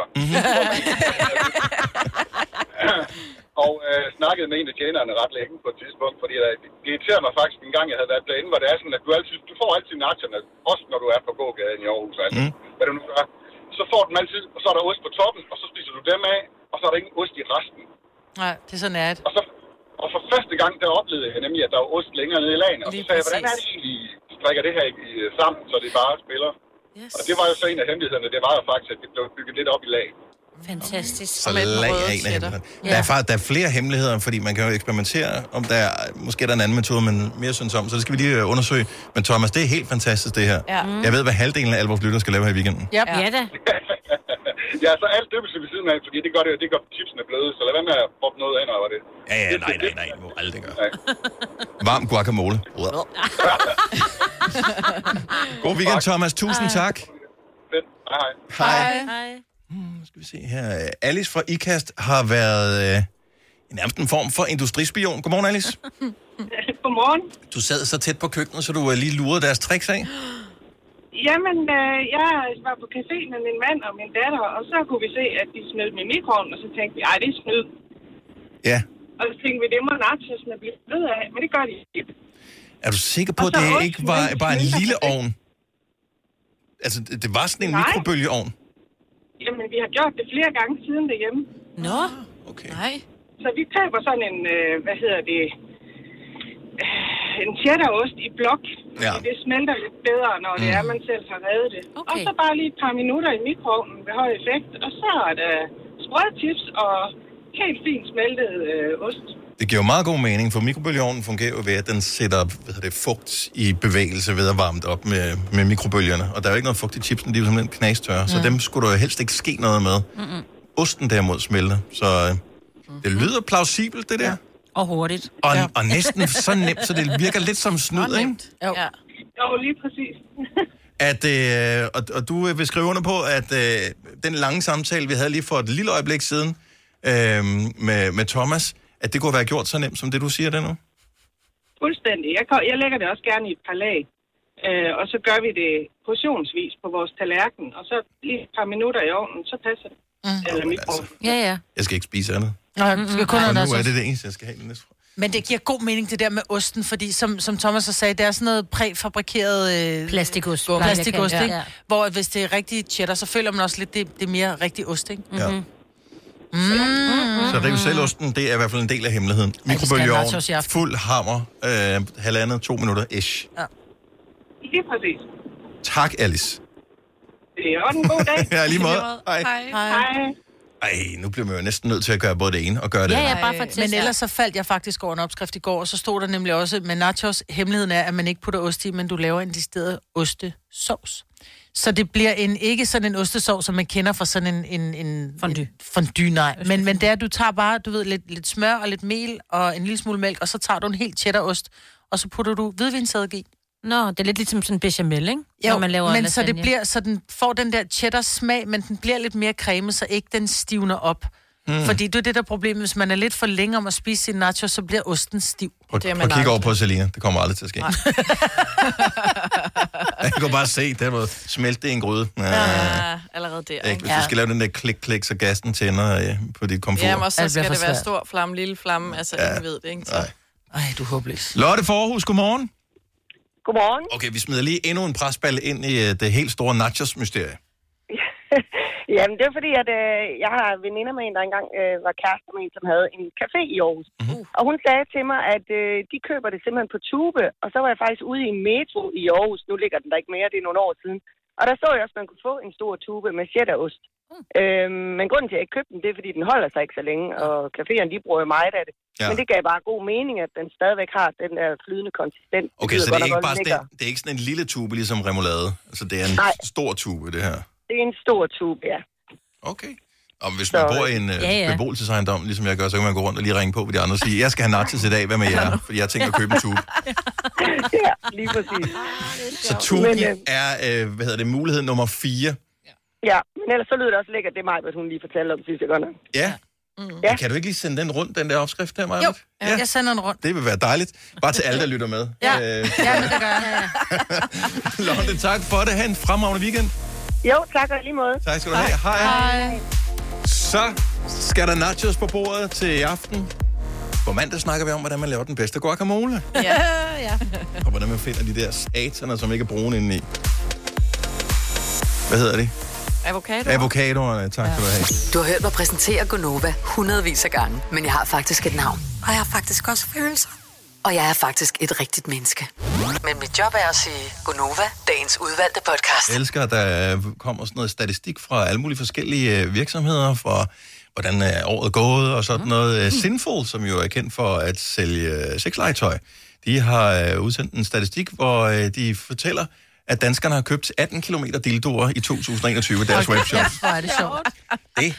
Og snakkede med en af tjenerne ret længe på et tidspunkt, fordi det irriterede mig faktisk en gang, jeg havde været derinde, hvor det er sådan, at du får altid nacherne, også når du er på gågaden i Aarhus, altså, hvad du nu gør. Så får du dem altid, og så er der ost på toppen, og så spiser du dem af, og så er der ingen ost i resten. Nej, det er så nært. Og for første gang, der oplevede jeg nemlig, at der var ost længere nede i lagen, og så sagde jeg, hvordan er det egentlig, strikker det her sammen, så det bare spiller? Yes. Og det var jo så en af hemmeligheden, det var jo faktisk, at det blev bygget lidt op i lag. Fantastisk. Så lag af en af hemmeligheden. Der er flere hemmeligheder, fordi man kan jo eksperimentere, om der måske er der en anden metode, man mere synes om, så det skal vi lige undersøge. Men Thomas, det er helt fantastisk, det her. Ja. Jeg ved, hvad halvdelen af alle vores lytter skal lave her i weekenden. Ja da. Ja, så alt døbelse ved siden af, fordi det gør chipsene bløde, så lad være med at proppe noget ind over det. Ja, nej, det må aldrig gøre. Varm guacamole. God weekend, Thomas. Tusind tak. Hej. Skal vi se her. Alice fra IKAST har været nærmest en form for industrispion. Godmorgen, Alice. Godmorgen. Du sad så tæt på køkkenet, så du lige lurede deres tricks af. Jamen, jeg var på café med min mand og min datter, og så kunne vi se, at de smed dem i mikroovnen, og så tænkte vi, det er snyd. Ja. Og så tænkte vi, det må nachosene blive ved af, men det gør de ikke. Er du sikker på, at det ikke var bare en lille ovn? Altså, det var sådan en mikrobølgeovn? Jamen, vi har gjort det flere gange siden derhjemme. Nå, okay. Nej. Så vi køber sådan en, en cheddarost i blok. Ja. Det smelter lidt bedre, når det er, man selv har revet det. Okay. Og så bare lige et par minutter i mikroovnen ved høj effekt, og så er der sprøde chips og helt fint smeltet ost. Det giver jo meget god mening, for mikrobølgeovnen fungerer jo ved, at den sætter fugt i bevægelse ved at varme det op med mikrobølgerne. Og der er jo ikke noget fugt i chipsen, de er jo simpelthen knastørre, så dem skulle der jo helst ikke ske noget med. Osten derimod smelter, så det lyder plausibelt, det der. Ja. Og hurtigt. Og næsten så nemt, så det virker lidt som snyd, ikke? Jo, lige præcis. Og du vil skrive under på, at den lange samtale, vi havde lige for et lille øjeblik siden med Thomas, at det kunne være gjort så nemt, som det du siger der nu? Fuldstændig. Jeg lægger det også gerne i et par lag. Og så gør vi det portionsvis på vores tallerken. Og så lige et par minutter i ovnen, så passer det. Eller mikroovnen. Ja. Jeg skal ikke spise andet. Nej, du skal kun nu er det eneste, jeg skal have det næste. Men det giver god mening, det der med osten, fordi som Thomas så sagde, det er sådan noget præfabrikeret plastikost, ikke? Ja. Hvor hvis det er rigtig cheddar, så føler man også lidt, det er mere rigtig ost, ikke? Ja. Så rive-selv-osten, det er i hvert fald en del af hemmeligheden. Mikrobølgeovn, fuld hammer, 1,5-2 minutter ish. Ja. Lige præcis. Tak, Alice. Det er også en god dag. Ja, lige måde. Hej. Ej, nu bliver man jo næsten nødt til at gøre både det ene og gøre det andet. Ja, bare for men ellers så faldt jeg faktisk over en opskrift i går, og så stod der nemlig også, med nachos, hemmeligheden er, at man ikke putter ost i, men du laver en decideret ostesauce. Så det bliver ikke sådan en ostesauce, som man kender fra sådan en fondue, nej. Men det er, at du tager bare, du ved, lidt smør og lidt mel og en lille smule mælk, og så tager du en helt cheddarost, og så putter du hvidvinseddik i. Nå, det er lidt ligesom sådan en bechamel, ikke? Jo, når man laver men så det bliver, så den får den der cheddar smag, men den bliver lidt mere creme, så ikke den stivner op. Fordi det er det der problem, hvis man er lidt for længe om at spise sin nachos, så bliver osten stiv. Prøv at kigge over på Selina. Det kommer aldrig til at ske. Jeg kan bare se, der må smelte i en gryde. Ja, allerede der. Ikke? Hvis du skal lave den der klik-klik, så gassen tænder på dit komfur. Ja, og så skal det være stor flamme, lille flamme. Altså, ingen ved det, ikke? Så. Ej, du er håbløs. Lotte Forhus, godmorgen. Godmorgen. Okay, vi smider lige endnu en presballe ind i det helt store nachos-mysterie. Jamen, det er fordi, at jeg har veninder med en, der engang var kærester med en, som havde en café i Aarhus. Og hun sagde til mig, at de køber det simpelthen på tube. Og så var jeg faktisk ude i en metro i Aarhus. Nu ligger den der ikke mere, det er nogle år siden. Og der så jeg også, at man kunne få en stor tube med cheddarost. Men grunden til, at jeg ikke købte den, det er, fordi den holder sig ikke så længe. Og caféerne, de bruger jo meget af det. Ja. Men det gav bare god mening, at den stadigvæk har den der flydende konsistens. Okay, så det er ikke bare det er ikke sådan en lille tube, ligesom remoulade. Altså, det er en stor tube, det her. Det er en stor tube, ja. Okay. Og hvis man bor i en beboelsesejendom, ligesom jeg gør, så kan man gå rundt og lige ringe på ved de andre og sige, jeg skal have nachos i dag, hvad med jer? Fordi jeg tænker at købe en tube. Ja, lige præcis. Så tuben er, mulighed nummer 4. Ja, men ellers så lyder det også lækkert, det er mig, hvad hun lige fortalte om, synes jeg godt nok. Ja. Ja. Kan du ikke lige sende den rundt, den der opskrift der, Maja? Jo, jeg sender den rundt. Det vil være dejligt. Bare til alle, der lytter med. Ja, men det gør jeg. Lotte, tak for det. Ha' en fremragende weekend. Jo, tak og lige måde. Tak skal du have. Hej. Så skal der nachos på bordet til i aften. På mandag snakker vi om, hvordan man laver den bedste guacamole. Ja. Og hvordan man finder de der sataner, som ikke er brune indeni. Hvad hedder de? Avocadoerne, tak skal du have. Du har hørt mig præsentere Gonova hundredvis af gange, men jeg har faktisk et navn. Og jeg har faktisk også følelser. Og jeg er faktisk et rigtigt menneske. Men mit job er at sige Gonova, dagens udvalgte podcast. Jeg elsker, at der kommer sådan noget statistik fra alle mulige forskellige virksomheder, for hvordan året er gået, og sådan noget. Sinful, som jo er kendt for at sælge sexlegetøj, de har udsendt en statistik, hvor de fortæller, at danskerne har købt 18 kilometer dildoer i 2021 i deres webshop. Ja, hvor er det sjovt. Det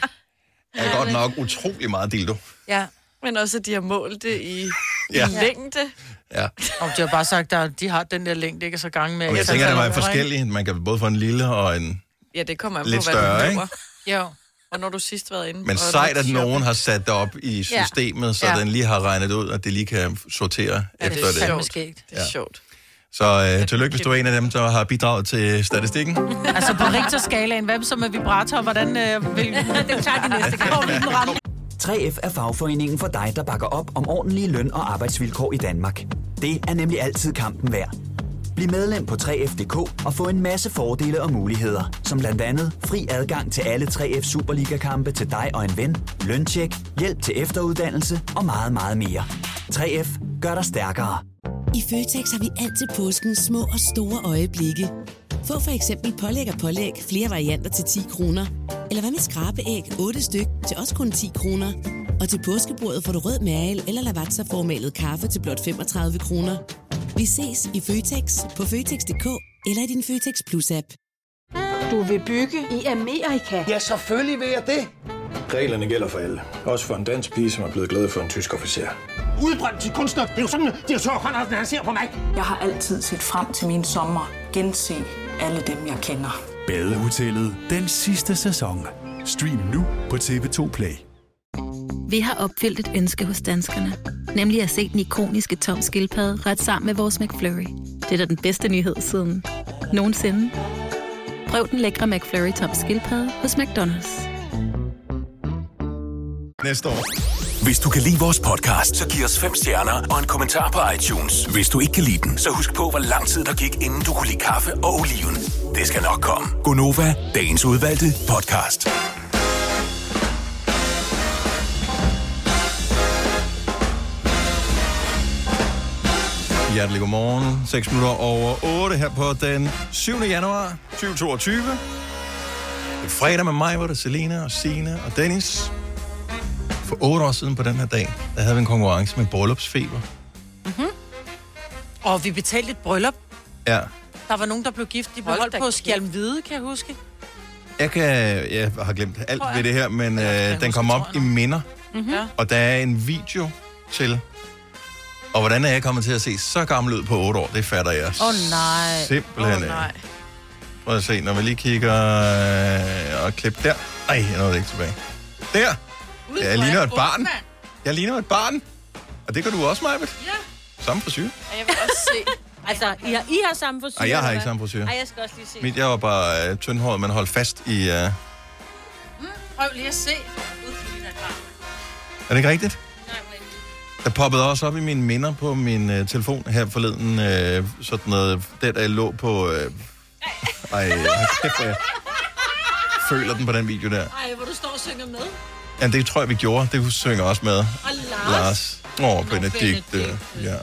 er godt nok utrolig meget dildo. Ja, men også, at de har målt det i længde. Ja. Og de har bare sagt, at de har den der længde, ikke så gange med. Og jeg tænker, at det var forskellige. Man kan både få en lille og en det kommer an på, lidt større, ikke? Jo. Og når du sidst været inde. Men sejt, at nogen har sat det op i systemet, så den lige har regnet ud, at det lige kan sortere efter det. Det er sjovt. Så tillykke, hvis du er en af dem, der har bidraget til statistikken. Altså på Richter-skalaen, hvad så med vibrator? Hvordan vil det tager de næste gang? 3F er fagforeningen for dig, der bakker op om ordentlige løn- og arbejdsvilkår i Danmark. Det er nemlig altid kampen værd. Bliv medlem på 3F.dk og få en masse fordele og muligheder, som blandt andet fri adgang til alle 3F Superliga-kampe til dig og en ven, løntjek, hjælp til efteruddannelse og meget, meget mere. 3F gør dig stærkere. I Føtex har vi altid påskens små og store øjeblikke. Få for eksempel pålæg flere varianter til 10 kroner. Eller hvad med skrabeæg 8 styk til også kun 10 kroner. Og til påskebordet får du rød mal eller lavatserformalet kaffe til blot 35 kroner. Vi ses i Føtex på Føtex.dk eller i din Føtex Plus-app. Du vil bygge i Amerika? Ja, selvfølgelig vil jeg det. Reglerne gælder for alle. Også for en dansk pige, som er blevet glad for en tysk officer. Udbrændt til kunstner. Det er jo sådan, at direktør Conradsen, han ser på mig. Jeg har altid set frem til min sommer. Gense alle dem, jeg kender. Badehotellet den sidste sæson. Stream nu på TV2 Play. Vi har opfyldt et ønske hos danskerne. Nemlig at se den ikoniske Tom Skildpadde ret sammen med vores McFlurry. Det er da den bedste nyhed siden nogensinde. Prøv den lækre McFlurry Tom Skildpadde hos McDonald's. Næste år. Hvis du kan lide vores podcast, så giv os 5 stjerner og en kommentar på iTunes. Hvis du ikke kan lide den, så husk på, hvor lang tid der gik, inden du kunne lide kaffe og oliven. Det skal nok komme. Gonova, dagens udvalgte podcast. Hjertelig godmorgen. 6 minutter over 8 her på den 7. januar 2022. Det er fredag med mig, hvor det er Selina og Signe og Dennis. For 8 år siden på den her dag, der havde vi en konkurrence med bryllupsfeber. Mm-hmm. Og vi betalte et bryllup. Ja. Der var nogen, der blev gift. De blev holdt på Skjalmvide, kan jeg huske. Jeg har glemt alt ved det her, men den kom op i minder. Mm-hmm. Og der er en video til. Og hvordan er jeg kommet til at se så gammel ud på 8 år? Det fatter jeg nej. Simpelthen nej. Prøv at se, når vi lige kigger og klip der. Ej, jeg nåede ikke tilbage. Der! Jeg ligner et barn. Jeg ligner et barn. Og det kan du også, Majbet. Ja. Samme frisyr. Ja, jeg vil også se. Altså, I har samme frisyr? Nej, jeg har ikke samme frisyr. Nej, jeg skal også lige se. Jeg var bare tyndhåret, men holdt fast i... Prøv lige at se. Er det ikke rigtigt? Der poppede også op i mine minder på min telefon her forleden. Sådan noget, der jeg lå på... kæft, jeg føler den på den video der. Ej, hvor du står og synger med. Ja, det tror jeg, vi gjorde. Det synger også med. Og Lars. Benedikt. Ja.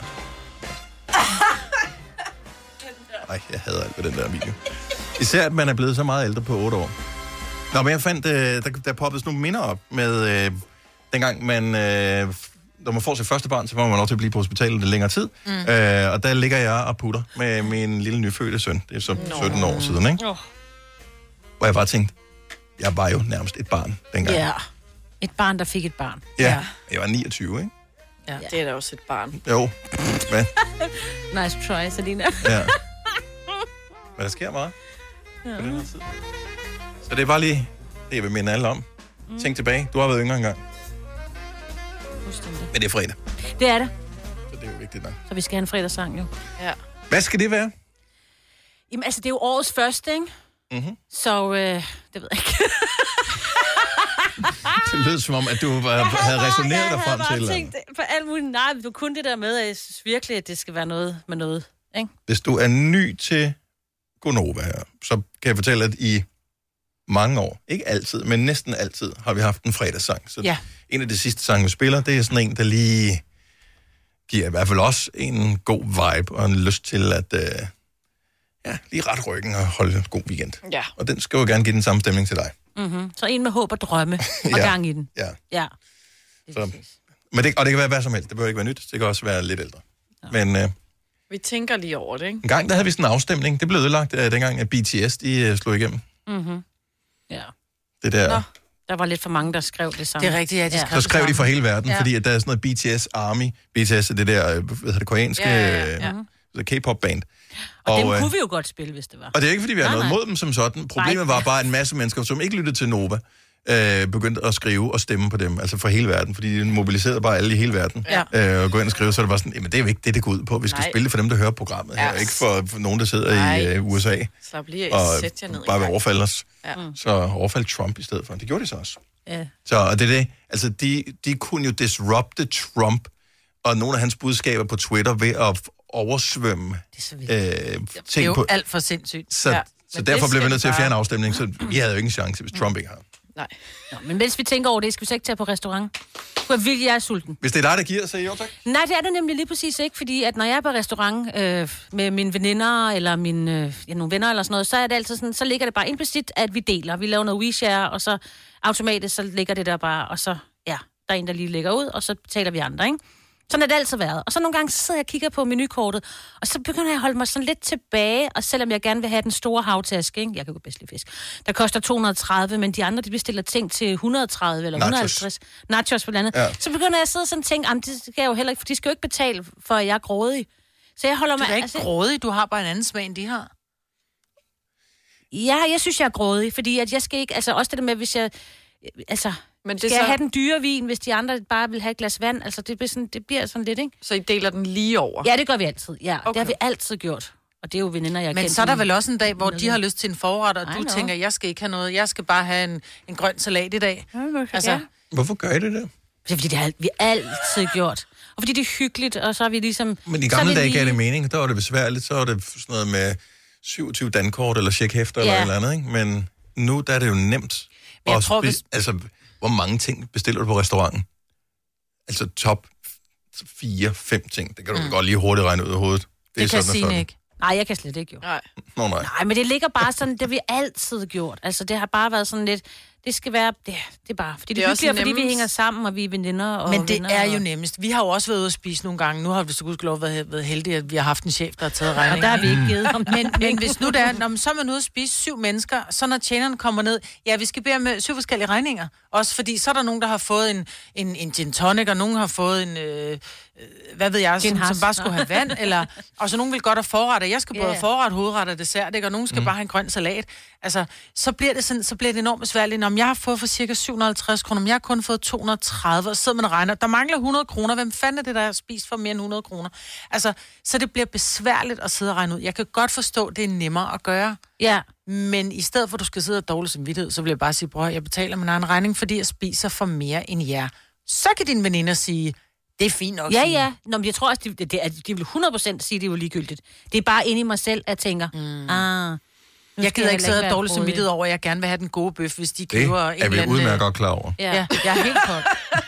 Ej, jeg hader alt ved den der video. Især, at man er blevet så meget ældre på 8 år. Nå, men jeg fandt, der poppede sådan nogle minder op med, dengang man, når man får sit første barn, så får man lov til at blive på hospitalet lidt længere tid. Og der ligger jeg og putter med min lille nyfødte søn. Det er så 17 år siden, ikke? Hvor jeg bare tænkte, jeg var jo nærmest et barn dengang. Ja, et barn, der fik et barn. Ja. Jeg var 29, ikke? Ja, det er da også et barn. Jo, men... Nice try, Selina. Ja. Men der sker meget på den her tid. Så det er bare lige det, jeg vil minde alle om. Tænk tilbage. Du har været yngre engang. Men det er fredag. Det er det. Så det er jo vigtigt nok. Så vi skal have en fredagssang, jo. Ja. Hvad skal det være? Jamen, altså, det er jo årets første, ikke? Mm-hmm. Så, det ved jeg ikke. Det lød som om, at du havde resoneret dig frem til. Jeg tænkt på alt muligt. Nej, du kunne det der med, at jeg synes virkelig, at det skal være noget med noget. Ikke? Hvis du er ny til Gonova her, så kan jeg fortælle, at i mange år, ikke altid, men næsten altid, har vi haft en fredagssang. Så en af de sidste sange, vi spiller, det er sådan en, der lige giver i hvert fald også en god vibe og en lyst til at lige ret ryggen og holde en god weekend. Ja. Og den skal jo gerne give den samme stemning til dig. Mm-hmm. Så en med håb og drømme og gang i den. Ja. Så, men det kan være hvad som helst. Det behøver ikke være nyt. Det kan også være lidt ældre. Ja. Men vi tænker lige over det, ikke? En gang, der havde vi sådan en afstemning. Det blev ødelagt dengang, at BTS de slog igennem. Mm-hmm. Ja. Det der... Nå, der var lidt for mange, der skrev det samme. Det er rigtigt, ja. Så skrev de for hele verden, fordi at der er sådan noget BTS Army. BTS er det der, koreanske K-pop-band. Og dem kunne vi jo godt spille, hvis det var. Og det er ikke, fordi vi har noget mod dem som sådan. Problemet var bare, en masse mennesker, som ikke lyttede til Nova, begyndte at skrive og stemme på dem, altså for hele verden, fordi de mobiliserede bare alle i hele verden. Og gå ind og skrive, så det var sådan, jamen det er jo ikke det går ud på. Vi skal spille det for dem, der hører programmet her, ikke for nogen, der sidder i USA. Slap lige og sæt jer ned bare vil overfalde os. Så overfalde Trump i stedet for. Det gjorde de så også. Ja. Så og det er det. Altså, de kunne jo disrupte Trump og nogle af hans budskaber på Twitter ved at oversvømme ting. Det er jo alt for sindssygt. Så derfor blev vi nødt til at fjerne afstemningen, så vi havde jo ingen chance, hvis Trump ikke har. Nej. Nå, men mens vi tænker over det, skal vi så ikke tage på restaurant? Jeg er sulten. Hvis det er dig, der giver, så jo tak. Nej, det er det nemlig lige præcis ikke, fordi at når jeg er på restaurant med mine veninder, eller nogle venner eller sådan noget, så er det altid sådan, så ligger det bare implicit, at vi deler. Vi laver noget WeShare, og så automatisk, så ligger det der bare, og så, der er en, der lige lægger ud, og så betaler vi andre, ikke? Sådan har det altid været. Og så nogle gange så sidder jeg og kigger på menukortet, og så begynder jeg at holde mig sådan lidt tilbage, og selvom jeg gerne vil have den store havtaske, ikke? Jeg kan jo bedst lide fisk, der koster 230, men de andre, de bestiller ting til 130 eller 150. Nachos for landet. Ja. Så begynder jeg at sidde sådan og tænke, det skal jeg jo heller ikke, for de skal jo ikke betale for, at jeg er grådig. Så jeg holder mig... Du er ikke grådig, du har bare en anden smag, end de har. Ja, jeg synes, jeg er grådig, fordi at jeg skal ikke... Altså også det der med, hvis jeg... Altså... Men det skal jeg have den dyre vin, hvis de andre bare vil have et glas vand? Altså, det bliver sådan lidt, ikke? Så I deler den lige over? Ja, det gør vi altid. Ja, okay. Det har vi altid gjort. Og det er jo veninder, jeg Men så er der vel også en dag, hvor de har lyst til en forret, og du tænker, jeg skal ikke have noget. Jeg skal bare have en grøn salat i dag. Altså, hvorfor gør I det der? Det er fordi, det har vi altid gjort. Og fordi det er hyggeligt, og så er vi ligesom... Men i gamle dage gav det mening. Der var det besværligt. Så var det sådan noget med 27 dankort eller checkhæfter eller et eller andet, ikke? Men nu der er det jo nemt. Men jeg tror, altså... Hvor mange ting bestiller du på restauranten? Altså top 4-5 ting. Det kan du godt lige hurtigt regne ud af hovedet. Det kan Signe ikke. Nej, jeg kan slet ikke jo. Nej. Nej, men det ligger bare sådan, det har vi altid gjort. Altså, det har bare været sådan lidt... Det skal være... Det er bare... Fordi det er hyggeligt, fordi vi hænger sammen, og vi er veninder og men det er jo nemmest. Vi har jo også været ude at spise nogle gange. Nu har vi så gudskelov været heldige, at vi har haft en chef, der har taget regningen. Og der har vi ikke givet ham. Men hvis nu der er... så er man ude at spise 7 mennesker, så når tjeneren kommer ned... Ja, vi skal bede med 7 forskellige regninger. Også fordi, så er der nogen, der har fået en gin tonic, og nogen har fået en... hvad ved jeg, som bare skulle have vand, eller... Og så nogen vil godt have forret, og jeg skal både have forret, hovedret og dessert, ikke? Og nogen skal bare have en grøn salat. Altså, så bliver det enormt besværligt. Nå, om jeg har fået for cirka 750 kroner, men jeg har kun fået 230, og så sidder man og regner. Der mangler 100 kroner. Hvem fanden er det, der har spist for mere end 100 kroner? Altså, så det bliver besværligt at sidde og regne ud. Jeg kan godt forstå, det er nemmere at gøre. Ja. Men i stedet for, at du skal sidde og dårlig samvittighed, så vil jeg bare sige, bror, jeg betaler min egen regning, fordi jeg spiser for mere end jer. Så kan dine veninder sige, det er fint nok. Ja. Nå, men jeg tror også, de vil 100% sige, det er jo ligegyldigt. Det er bare inde i mig selv, at jeg tænker, jeg gider ikke sidde og dårlig samvittighed over, at jeg gerne vil have den gode bøf, hvis de køber en eller anden... Det er vi udmærket godt klar over. Ja, jeg er helt kold.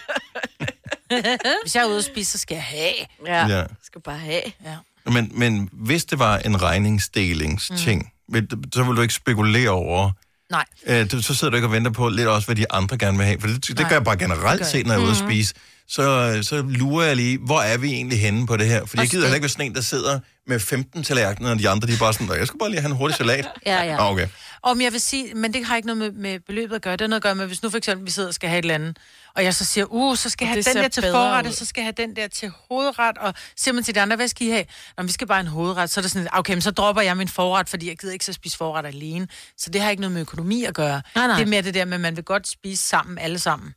Hvis jeg er ude at spise, så skal jeg have. Ja. Skal bare have. Ja. Men hvis det var en regningsdelingsting, så ville du ikke spekulere over... Nej. Så sidder du ikke og venter på lidt også, hvad de andre gerne vil have. For det gør jeg bare generelt set, når jeg er ude at spise. Så lurer jeg lige, hvor er vi egentlig henne på det her? For jeg gider heller ikke være sådan en, der sidder med 15 tallerkener, og de andre, de er bare sådan, jeg skal bare lige have en hurtig salat. Ja. Okay. Men jeg vil sige, men det har ikke noget med beløbet at gøre. Det har noget at gøre med, hvis nu for eksempel vi sidder og skal have et eller andet, og jeg så siger, så skal jeg have den der til forret, så skal jeg have den der til hovedret, og siger man til de andre, hvad skal I have? Nå, vi skal bare have en hovedret. Så er det sådan, okay, men så dropper jeg min forret, fordi jeg gider ikke så spise forret alene. Så det har ikke noget med økonomi at gøre. Nej. Det er mere det der med, at man vil godt spise sammen, alle sammen.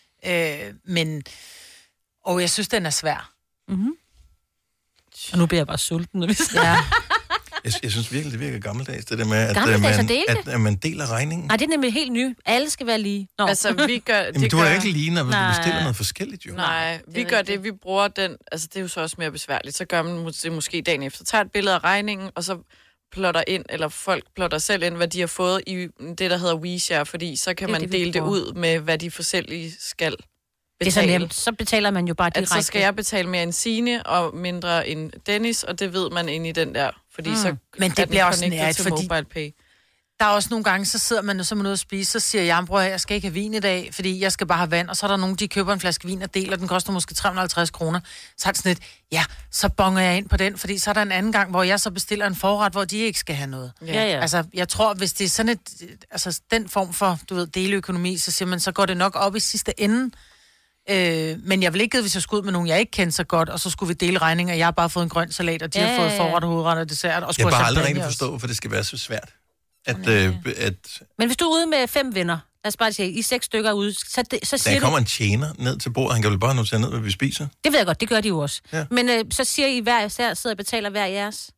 Men jeg synes, den er svær. Mm-hmm. Og nu bliver jeg bare sulten. Ja. Jeg synes virkelig, det virker gammeldags, det der med, at man deler regningen. Nej, det er nemlig helt ny. Alle skal være lige. Nå. Altså, vi gør... Jamen, du er ikke lige, når du bestiller noget forskelligt, jo. Nej, vi gør det, vi bruger den... Altså, det er jo så også mere besværligt. Så gør man det måske dagen efter. Tager et billede af regningen, og så plotter ind, eller folk plotter selv ind, hvad de har fået i det, der hedder WeShare, fordi så kan man dele det ud med, hvad de forskellige skal betale. Det er så nemt. Så betaler man jo bare direkte. Så skal jeg betale mere end Signe, og mindre end Dennis, og det ved man inde i den der. Fordi så men det bliver også nært, til fordi MobilePay. Der er også nogle gange, så sidder man så ude at spise, så siger jeg, bror, jeg skal ikke have vin i dag, fordi jeg skal bare have vand, og så er der nogen, de køber en flaske vin og deler, den koster måske 350 kroner. Så er det sådan lidt, så bonger jeg ind på den, fordi så er der en anden gang, hvor jeg så bestiller en forret, hvor de ikke skal have noget. Ja. Altså, jeg tror, hvis det er sådan den form for, deleøkonomi, så siger man, så går det nok op i sidste ende. Men jeg vil ikke, hvis jeg skulle ud med nogen, jeg ikke kendte så godt, og så skulle vi dele regninger, og jeg har bare fået en grøn salat, og de har fået forret, hovedret og dessert. Og jeg har bare aldrig rigtig forstå, for det skal være så svært. Men hvis du er ude med 5 venner, lad os bare sige, I 6 stykker ude, så siger der kommer en tjener ned til bordet, han kan vel bare notere ned, hvad vi spiser? Det ved jeg godt, det gør de jo også. Ja. Men så siger I hver især, sidder og betaler hver jeres.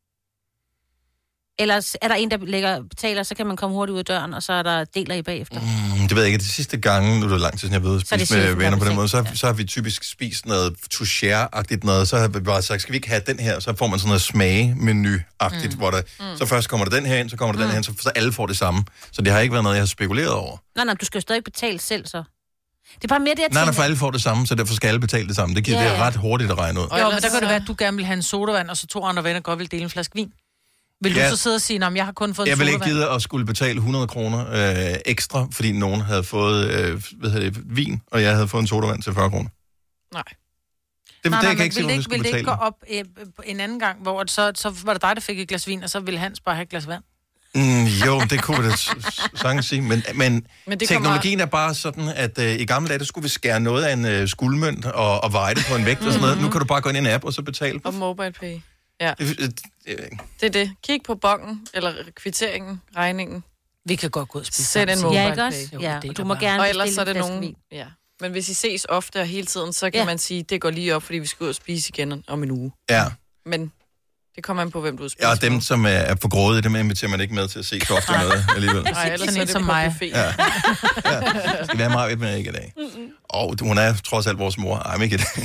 Eller er der en, der betaler, så kan man komme hurtigt ud af døren, og så er der deler I bagefter. Det ved jeg ikke. De sidste gange, nu er det lang tid siden, jeg har været ude og spise med venner på den måde, så har vi typisk spist noget touché-agtigt noget, så har vi bare sagt, skal vi ikke have den her? Så får man sådan noget smage-menu-agtigt, hvor der, så først kommer der den her ind, så kommer der den her ind, så alle får det samme. Så det har ikke været noget, jeg har spekuleret over. Nej, du skal jo stadig betale selv, så. Det er bare mere det, jeg tænker. Nej, for alle får det samme, så derfor skal alle betale det samme. Det giver det ret hurtigt at regne ud. Jo, men der kan det være, at du gerne vil have en sodavand, og så 2 andre venner godt vil dele en flaske vin. Vil du så sidde og sige, at jeg har kun fået en sodavand? Jeg vil ikke gide at skulle betale 100 kroner ekstra, fordi nogen havde fået vin, og jeg havde fået en sodavand til 40 kroner. Nej. Det kan jeg ikke se, vil det ikke gå op en anden gang, hvor så var det dig, der fik et glas vin, og så ville Hans bare have et glas vand? Jo, det kunne det sagtens sige, men teknologien er bare sådan, at i gamle dage, der skulle vi skære noget af en skuldmønt og veje det på en vægt og sådan noget. Nu kan du bare gå ind i en app og så betale. Og MobilePay. Ja. Det er det. Kig på bongen, eller kvitteringen, regningen. Vi kan godt gå ud og spise. Sæt en MobilePay. Ja, og du må gerne og ellers så er det nogen. Ja. Men hvis I ses ofte og hele tiden, så kan man sige, at det går lige op, fordi vi skal ud og spise igen om en uge. Ja. Men det kommer an på, hvem du spiser. Ja, og dem, som er for grådige, dem inviterer man ikke med til at se så ofte med alligevel. Nej, ellers er det som mig. Ja. Skal vi have meget med ikke i dag? Og hun er trods alt vores mor. Ej, men ikke i dag.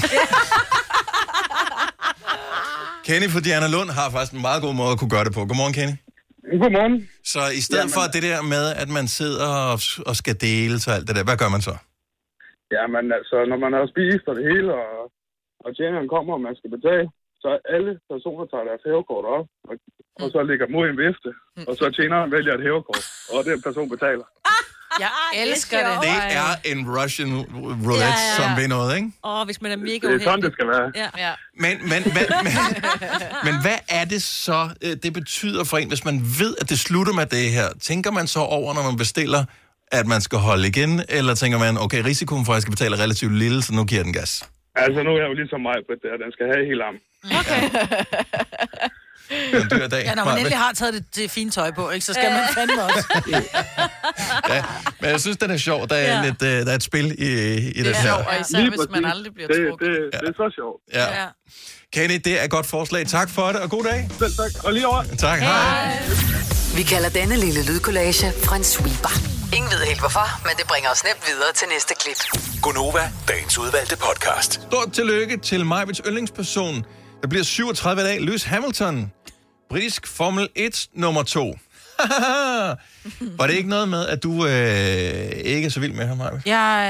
Kenny fra Diana Lund har faktisk en meget god måde at kunne gøre det på. Godmorgen, Kenny. Godmorgen. Så i stedet for det der med, at man sidder og skal dele og alt det der, hvad gør man så? Jamen altså, når man har spist og det hele, og tjeneren kommer, og man skal betale, så alle personer tager deres hævekort op, og så lægger mod en vifte, og så tjeneren vælger et hævekort, og den person betaler. Jeg elsker det. Det er en Russian roulette, som ved noget, ikke? Hvis man er mega uheldig. Det er sådan, det skal være. Ja. Men hvad er det så, det betyder for en, hvis man ved, at det slutter med det her? Tænker man så over, når man bestiller, at man skal holde igen? Eller tænker man, okay, risikoen for, at jeg skal betale relativt lille, så nu giver den gas? Altså, nu er jeg jo ligesom mig, Britt, den skal have helt arm. Okay. Det er en dyr dag. Ja, når man endelig har taget det fine tøj på, ikke, så skal man fandme også. Ja, men jeg synes, den er sjov. Der er, der er et spil i det her. Sjov, og især hvis man aldrig bliver trukket. Det er så sjovt. Ja. Kenny, det er et godt forslag. Tak for det, og god dag. Selv tak. Og lige over. Tak, hej. Vi kalder denne lille lydkollage en sweeper. Ingen ved helt hvorfor, men det bringer os nemt videre til næste klip. Gonova, dagens udvalgte podcast. Stort tillykke til Majbets yndlingsperson. Der bliver 37 dage. Lewis Hamilton. Britisk Formel 1 nummer 2. Var det ikke noget med, at du ikke er så vild med ham, Majbet?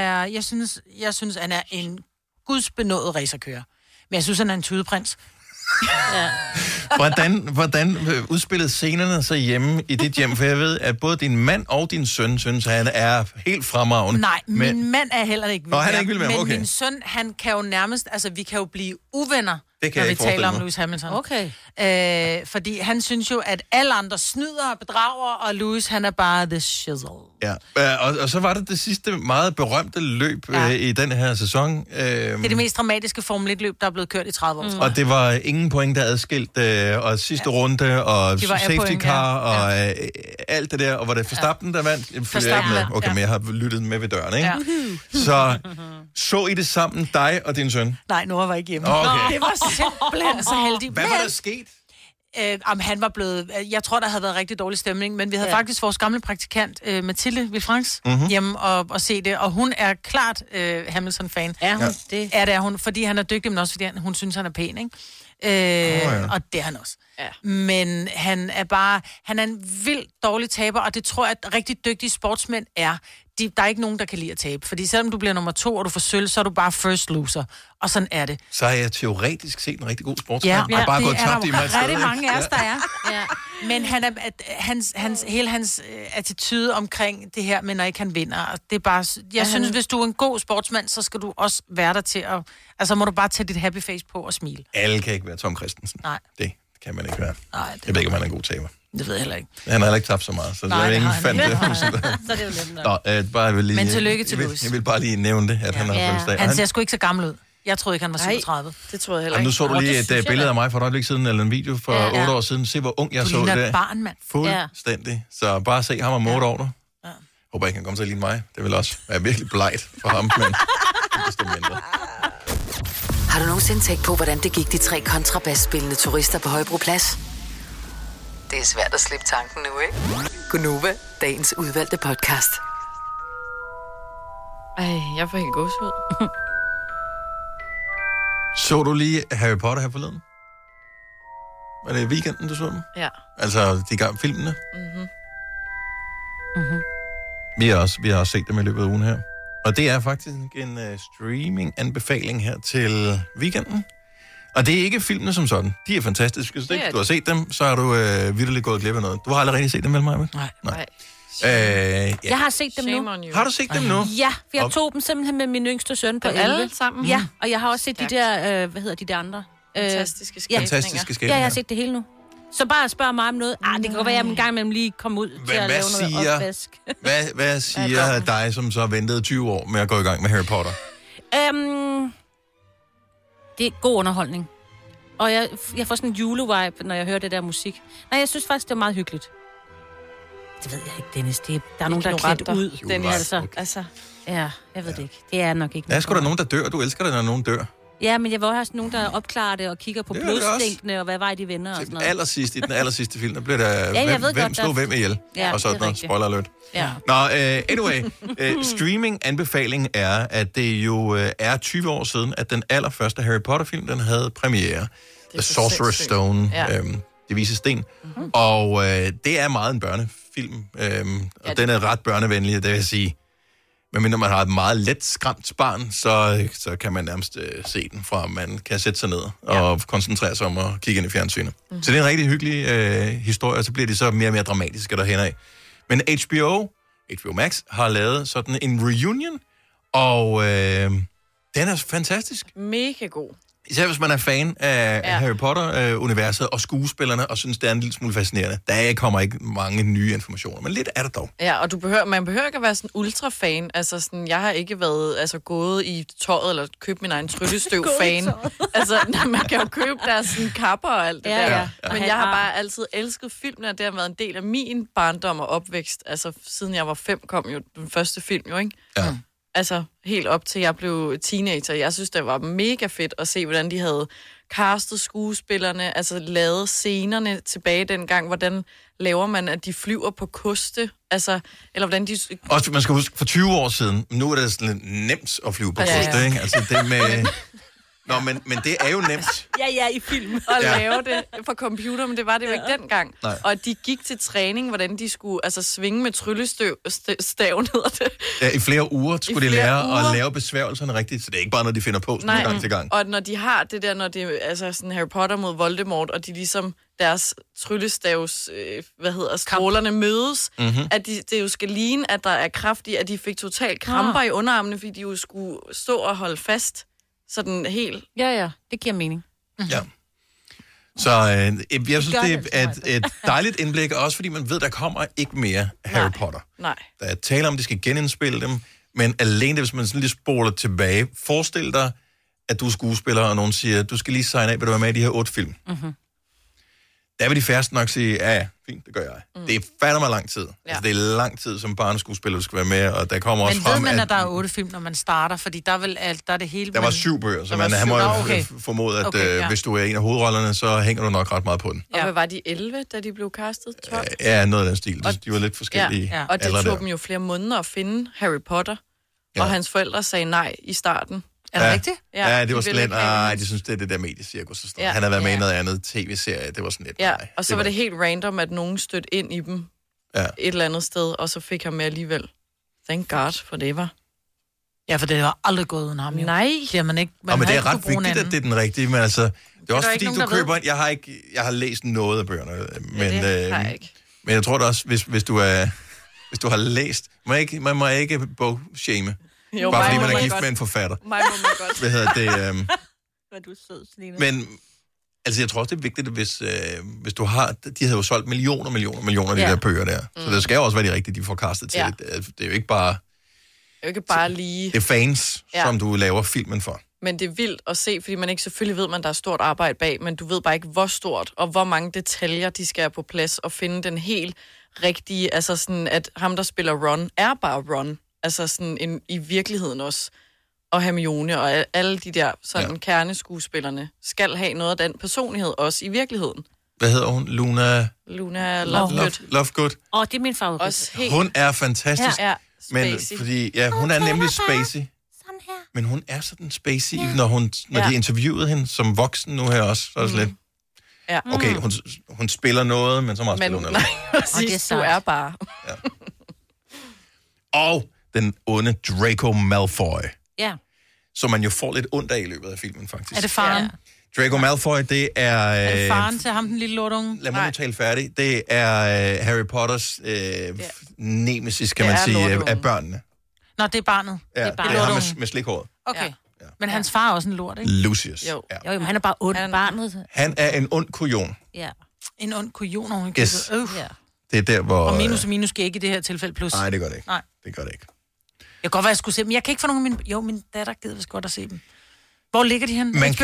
Jeg synes, han er en gudsbenået racerkører. Men jeg synes, han er en tudeprins. Ja. Hvordan udspillede scenerne sig hjemme i dit hjem? For jeg ved, at både din mand og din søn synes, at han er helt fremragende. Nej, min mand er heller ikke vild med. Han er ikke vild med ham, okay. Men min søn, han kan jo nærmest... Altså, vi kan jo blive uvenner, når vi taler om Lewis Hamilton. Okay. Fordi han synes jo, at alle andre snyder og bedrager, og Lewis, han er bare the shizzle. Ja, og så var det sidste meget berømte løb i den her sæson. Det er det mest dramatiske Formel 1-løb, der er blevet kørt i 30 år. Og det var ingen point, der adskilt, og sidste runde, og safety car, og alt det der, og var det Verstappen, der vandt? Verstappen, med. Okay, men jeg har lyttet med ved døren, ikke? Ja. Så I det sammen, dig og din søn? Nej, Nora var ikke hjemme. Okay. Det var simpelthen så heldigt. Hvad var der sket? Han var blevet... Jeg tror, der havde været rigtig dårlig stemning, men vi havde faktisk vores gamle praktikant, Mathilde Villefrancs, hjemme og se det, og hun er klart Hamilton-fan. Er hun det? Ja, det er hun, fordi han er dygtig, men også fordi hun synes, han er pæn, ikke? Og det er han også. Ja. Men han er en vild dårlig taber, og det tror jeg, at rigtig dygtige sportsmænd er. Der er ikke nogen, der kan lide at tabe. Fordi selvom du bliver nummer 2, og du får sølv, så er du bare first loser. Og sådan er det. Så har jeg teoretisk set en rigtig god sportsmand. Ja, og bare gået tabt i mig. Det er rigtig mange af os, der er. Ja. Men hele hans attitude omkring det her, men når ikke han vinder, det er bare... Jeg synes, hvis du er en god sportsmand, så skal du også være der til at... Altså må du bare tage dit happy face på og smile. Alle kan ikke være Tom Christensen. Nej. Det kan man ikke være. Nej, jeg ved ikke, om han er en god taber. Det ved jeg heller ikke. Han har heller ikke tabt så meget, så det er ingen fandt det. Så er det jo nemt nok. Bare vil lige, men tillykke til Lewis. Jeg vil bare lige nævne det, at han har fødselsdag. Han ser sgu ikke så gammel ud. Jeg troede ikke, han var 37. Det troede jeg heller ikke. Nu så du lige et billede af mig for et øjeblik siden, eller en video for 8 år siden. Se, hvor ung jeg så det. Du ligner et barn, mand. Fuldstændig. Så bare se ham om 8 år, du. Håber ikke, han kommer til at ligne mig. Det vil også være virkelig blegt for ham, men det er mindre. Har du nogensinde tænkt på, hvordan det gik de 3 kontrabasspillende turister på Højbroplads? Det er svært at slippe tanken nu, ikke? Gonova, dagens udvalgte podcast. Jeg får helt gåsehud. Så du lige Harry Potter her forleden? Var det i weekenden, du så dem? Ja. Altså de gamle filmene? Vi har også set dem i løbet af ugen her. Og det er faktisk en streaming-anbefaling her til weekenden. Og det er ikke filmene som sådan. De er fantastiske. Så du har set dem, så har du virkelig gået glip af noget. Du har aldrig rigtig set dem, vel, Maja? Nej. Jeg har set dem nu. Har du set dem nu? Ja, for jeg tog dem simpelthen med min yngste søn på 11. Alle sammen? Ja, og jeg har også set de der, hvad hedder de andre? Fantastiske skæbninger. Fantastiske skæbninger. Ja, jeg har set det hele nu. Så bare spørg mig om noget. Det kan godt være, at jeg en gang imellem lige kommer ud til at lave noget opvask. Hvad siger dig, som så ventede 20 år med at gå i gang med Harry Potter? Det er god underholdning. Og jeg får sådan en julevibe, når jeg hører det der musik. Nej, jeg synes faktisk, det er meget hyggeligt. Det ved jeg ikke, Dennis. Der er nogen, der er klædt ud. Dennis, altså. Ja, jeg ved det ikke. Det er nok ikke. Der er sgu da nogen, der dør. Du elsker det, når nogen dør. Ja, men jeg vil også have nogen, der opklarer det og kigger på blodstænkene og hvad vej de vender og sådan noget. I den allersidste film, der bliver der, hvem slog hvem ihjel? Ja, og sådan noget. Spoiler alert. Ja. Nå, anyway. Streaming-anbefaling er, at det jo er 20 år siden, at den allerførste Harry Potter-film, den havde premiere. The Sorcerer's Stone. Det viser sten. Og det er meget en børnefilm. Og den er ret børnevenlig, det vil jeg sige. Men når man har et meget let skræmt barn, så kan man nærmest se den, fra man kan sætte sig ned og koncentrere sig om at kigge ind i fjernsynet. Så det er en rigtig hyggelig historie, og så bliver de så mere og mere dramatiske derhen af. Men HBO Max har lavet sådan en reunion, og den er fantastisk. Mega god. Især hvis man er fan af Harry Potter-universet og skuespillerne, og synes, det er en lille smule fascinerende. Der kommer ikke mange nye informationer, men lidt er der dog. Ja, og man behøver ikke at være sådan ultra-fan. Altså, sådan, jeg har ikke været gået i tøjet eller købt min egen tryllestøv-fan. Altså, man kan jo købe deres sådan, kapper og alt det der. Ja. Men jeg har bare altid elsket filmene, og det har været en del af min barndom og opvækst. Altså, siden jeg var 5, kom jo den første film jo, ikke? Ja. Altså, helt op til jeg blev teenager. Jeg synes, det var mega fedt at se, hvordan de havde castet skuespillerne, altså lavet scenerne tilbage dengang. Hvordan laver man, at de flyver på koste? Altså, eller hvordan de... Også, man skal huske, for 20 år siden, nu er det sådan lidt nemt at flyve på koste, ikke? Altså, det med... Nå, men det er jo nemt. Ja, i film. At lave det på computer, men det var det jo ikke dengang. Nej. Og de gik til træning, hvordan de skulle svinge med tryllestaven, hedder det. Ja, i flere uger skulle de lære at lave besværgelserne rigtigt, så det er ikke bare noget, de finder på sådan gang til gang. Og når de har det der, når det er sådan Harry Potter mod Voldemort, og de ligesom deres tryllestavs, strålerne mødes, at det jo skal ligne, at der er kraft i, at de fik totalt kramper i underarmene, fordi de jo skulle stå og holde fast. Sådan helt... Ja, det giver mening. Ja. Så jeg synes, det er et dejligt indblik, også fordi man ved, der kommer ikke mere Harry Potter. Nej. Der er tale om, at de skal genindspille dem, men alene det, hvis man sådan lige spoler tilbage, forestil dig, at du er skuespiller, og nogen siger, du skal lige signe af, vil du være med i de her 8 film. Mm-hmm. Der vil de færreste nok sige, ja, fint, det gør jeg. Det er fandme lang tid. Ja. Altså, det er lang tid, som barneskuespiller, du skal være med, og der kommer også frem... Men ved man, at der er 8 film, når man starter? Fordi der er det hele... Der var 7 bøger, så han må formode, at hvis du er en af hovedrollerne, så hænger du nok ret meget på den. Og hvad var de 11, da de blev castet? 12? Ja, noget af den stil. De var lidt forskellige. Ja. Og det tog dem jo flere måneder at finde Harry Potter, og hans forældre sagde nej i starten. Er det rigtigt? Ja, det var sådan lidt, de synes, det er det der mediecirkus. Han havde været med i noget andet tv-serie, det var sådan lidt, nej. Og så var det helt random, at nogen stødte ind i dem et eller andet sted, og så fik han med alligevel. Thank God for det var. Ja, for det var aldrig gået uden ham. Jo. Nej. Det er man ikke. Men det er ret vigtigt, at det er den rigtige, men altså, det er også fordi, du køber... Jeg har læst noget af bøgerne, men jeg tror da også, hvis du har læst... Man må ikke bogshame. Jo, bare fordi man er gift med en forfatter. Mig må man godt. Hvad hedder det? Hvad du er sød, Selina. Men altså, jeg tror også, det er vigtigt, hvis du har... De havde jo solgt millioner af de der bøger der. Så det skal jo også være de rigtige, de får kastet til. Det er jo ikke bare... Det er jo ikke bare lige... Det er fans, som du laver filmen for. Men det er vildt at se, fordi man ikke selvfølgelig ved, at der er stort arbejde bag, men du ved bare ikke, hvor stort og hvor mange detaljer, de skal have på plads og finde den helt rigtige... Altså sådan, at ham, der spiller Ron, er bare Ron. Altså sådan i virkeligheden også. Og Hermione og alle de der sådan kerneskuespillerne skal have noget af den personlighed også i virkeligheden. Hvad hedder hun? Luna Lovegood. Det er min favorit. Hun er fantastisk. Ja, men fordi hun er nemlig spacey. Men hun er sådan spacey, når de interviewede hende som voksen nu her også. Så er det lidt. Ja. Okay, hun spiller noget, men så meget spiller hun. Nej, præcis, du er bare. Ja. Og den onde Draco Malfoy. Ja. Som man jo får lidt ondt af i løbet af filmen, faktisk. Er det faren? Ja. Draco Malfoy, det er... Er det faren til ham, den lille lortunge? Lad mig nu tale færdig. Det er Harry Potters nemesis, kan man sige, af børnene. Nå, det er barnet. Ja, det er ham med slikhåret. Okay. Ja. Men hans far er også en lort, ikke? Lucius. Jo, men han er bare ond barnet. Han er en ond kujon. Ja. En ond kujon, hun kan Det er der, hvor... Og minus skal ikke i det her tilfælde plus. Nej, det gør det ikke. Nej. Det gør det ikke. Jeg kan godt være, jeg skulle se dem. Jeg kan ikke få nogen af min datter gider vist godt at se dem. Hvor ligger de hen? Man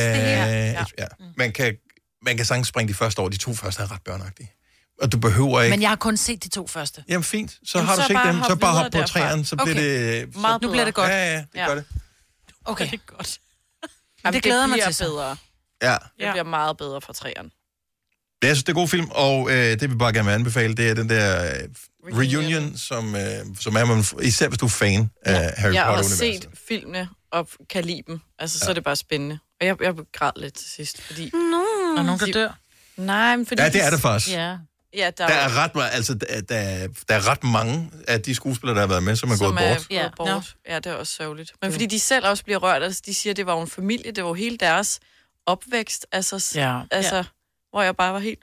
kan sagtens springe de første år. De 2 første er ret børneagtige. Og du behøver ikke... Men jeg har kun set de 2 første. Jamen fint. Så har du set dem. Så bare hop på træerne, så bliver det... Nu bliver det godt. Ja, det gør det. Okay. Det er godt. Det glæder mig til bedre. Ja. Det bliver meget bedre fra træerne. Jeg synes, det er god film, og det vil bare gerne anbefale, det er den der reunion, som er man, især hvis du er fan af Harry Potter-universet. Jeg har set filmene og kan lide dem. Altså, så er det bare spændende. Og jeg græd lidt til sidst, fordi... Er nogen, der dør? Nej, men fordi... Ja, det er det faktisk. Ja. Ja, der er ret mange af de skuespillere, der har været med, som er gået bort. Ja, det er også sørgeligt. Men fordi de selv også bliver rørt, altså de siger, at det var en familie, det var hele deres opvækst, hvor jeg bare var helt...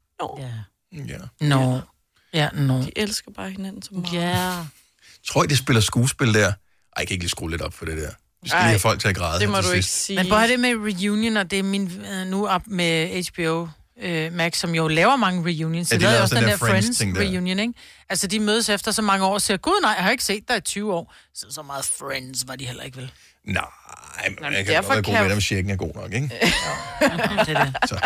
No. De elsker bare hinanden så meget. Ja. Tror I, de spiller skuespil der? Ej, jeg kan ikke lige skrue lidt op for det der. Vi skal lige have folk til at græde. Det må du ikke sige. Men bare det med reunion, og det er min nu op med HBO Max, som jo laver mange reunions. Så de lavede også den der Friends reunion, ikke? Altså, de mødes efter så mange år og siger, gud nej, jeg har ikke set dig i 20 år. Så meget Friends var de heller ikke, vel? Nej, men jeg kan godt være god med dem, shaken er god nok, ikke? Ja, det er det. Så.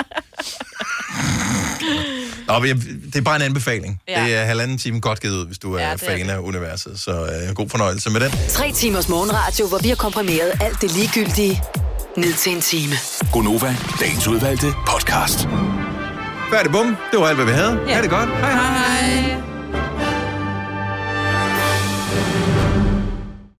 Nå, men det er bare en anbefaling. Ja. Det er 1,5 time godt givet ud, hvis du er fan af universet. Så god fornøjelse med den. 3 timers morgenradio, hvor vi har komprimeret alt det ligegyldige ned til en time. Gonova, dagens udvalgte podcast. Færdig bum. Det var alt, hvad vi havde. Ja. Ha' det godt. Hej hej.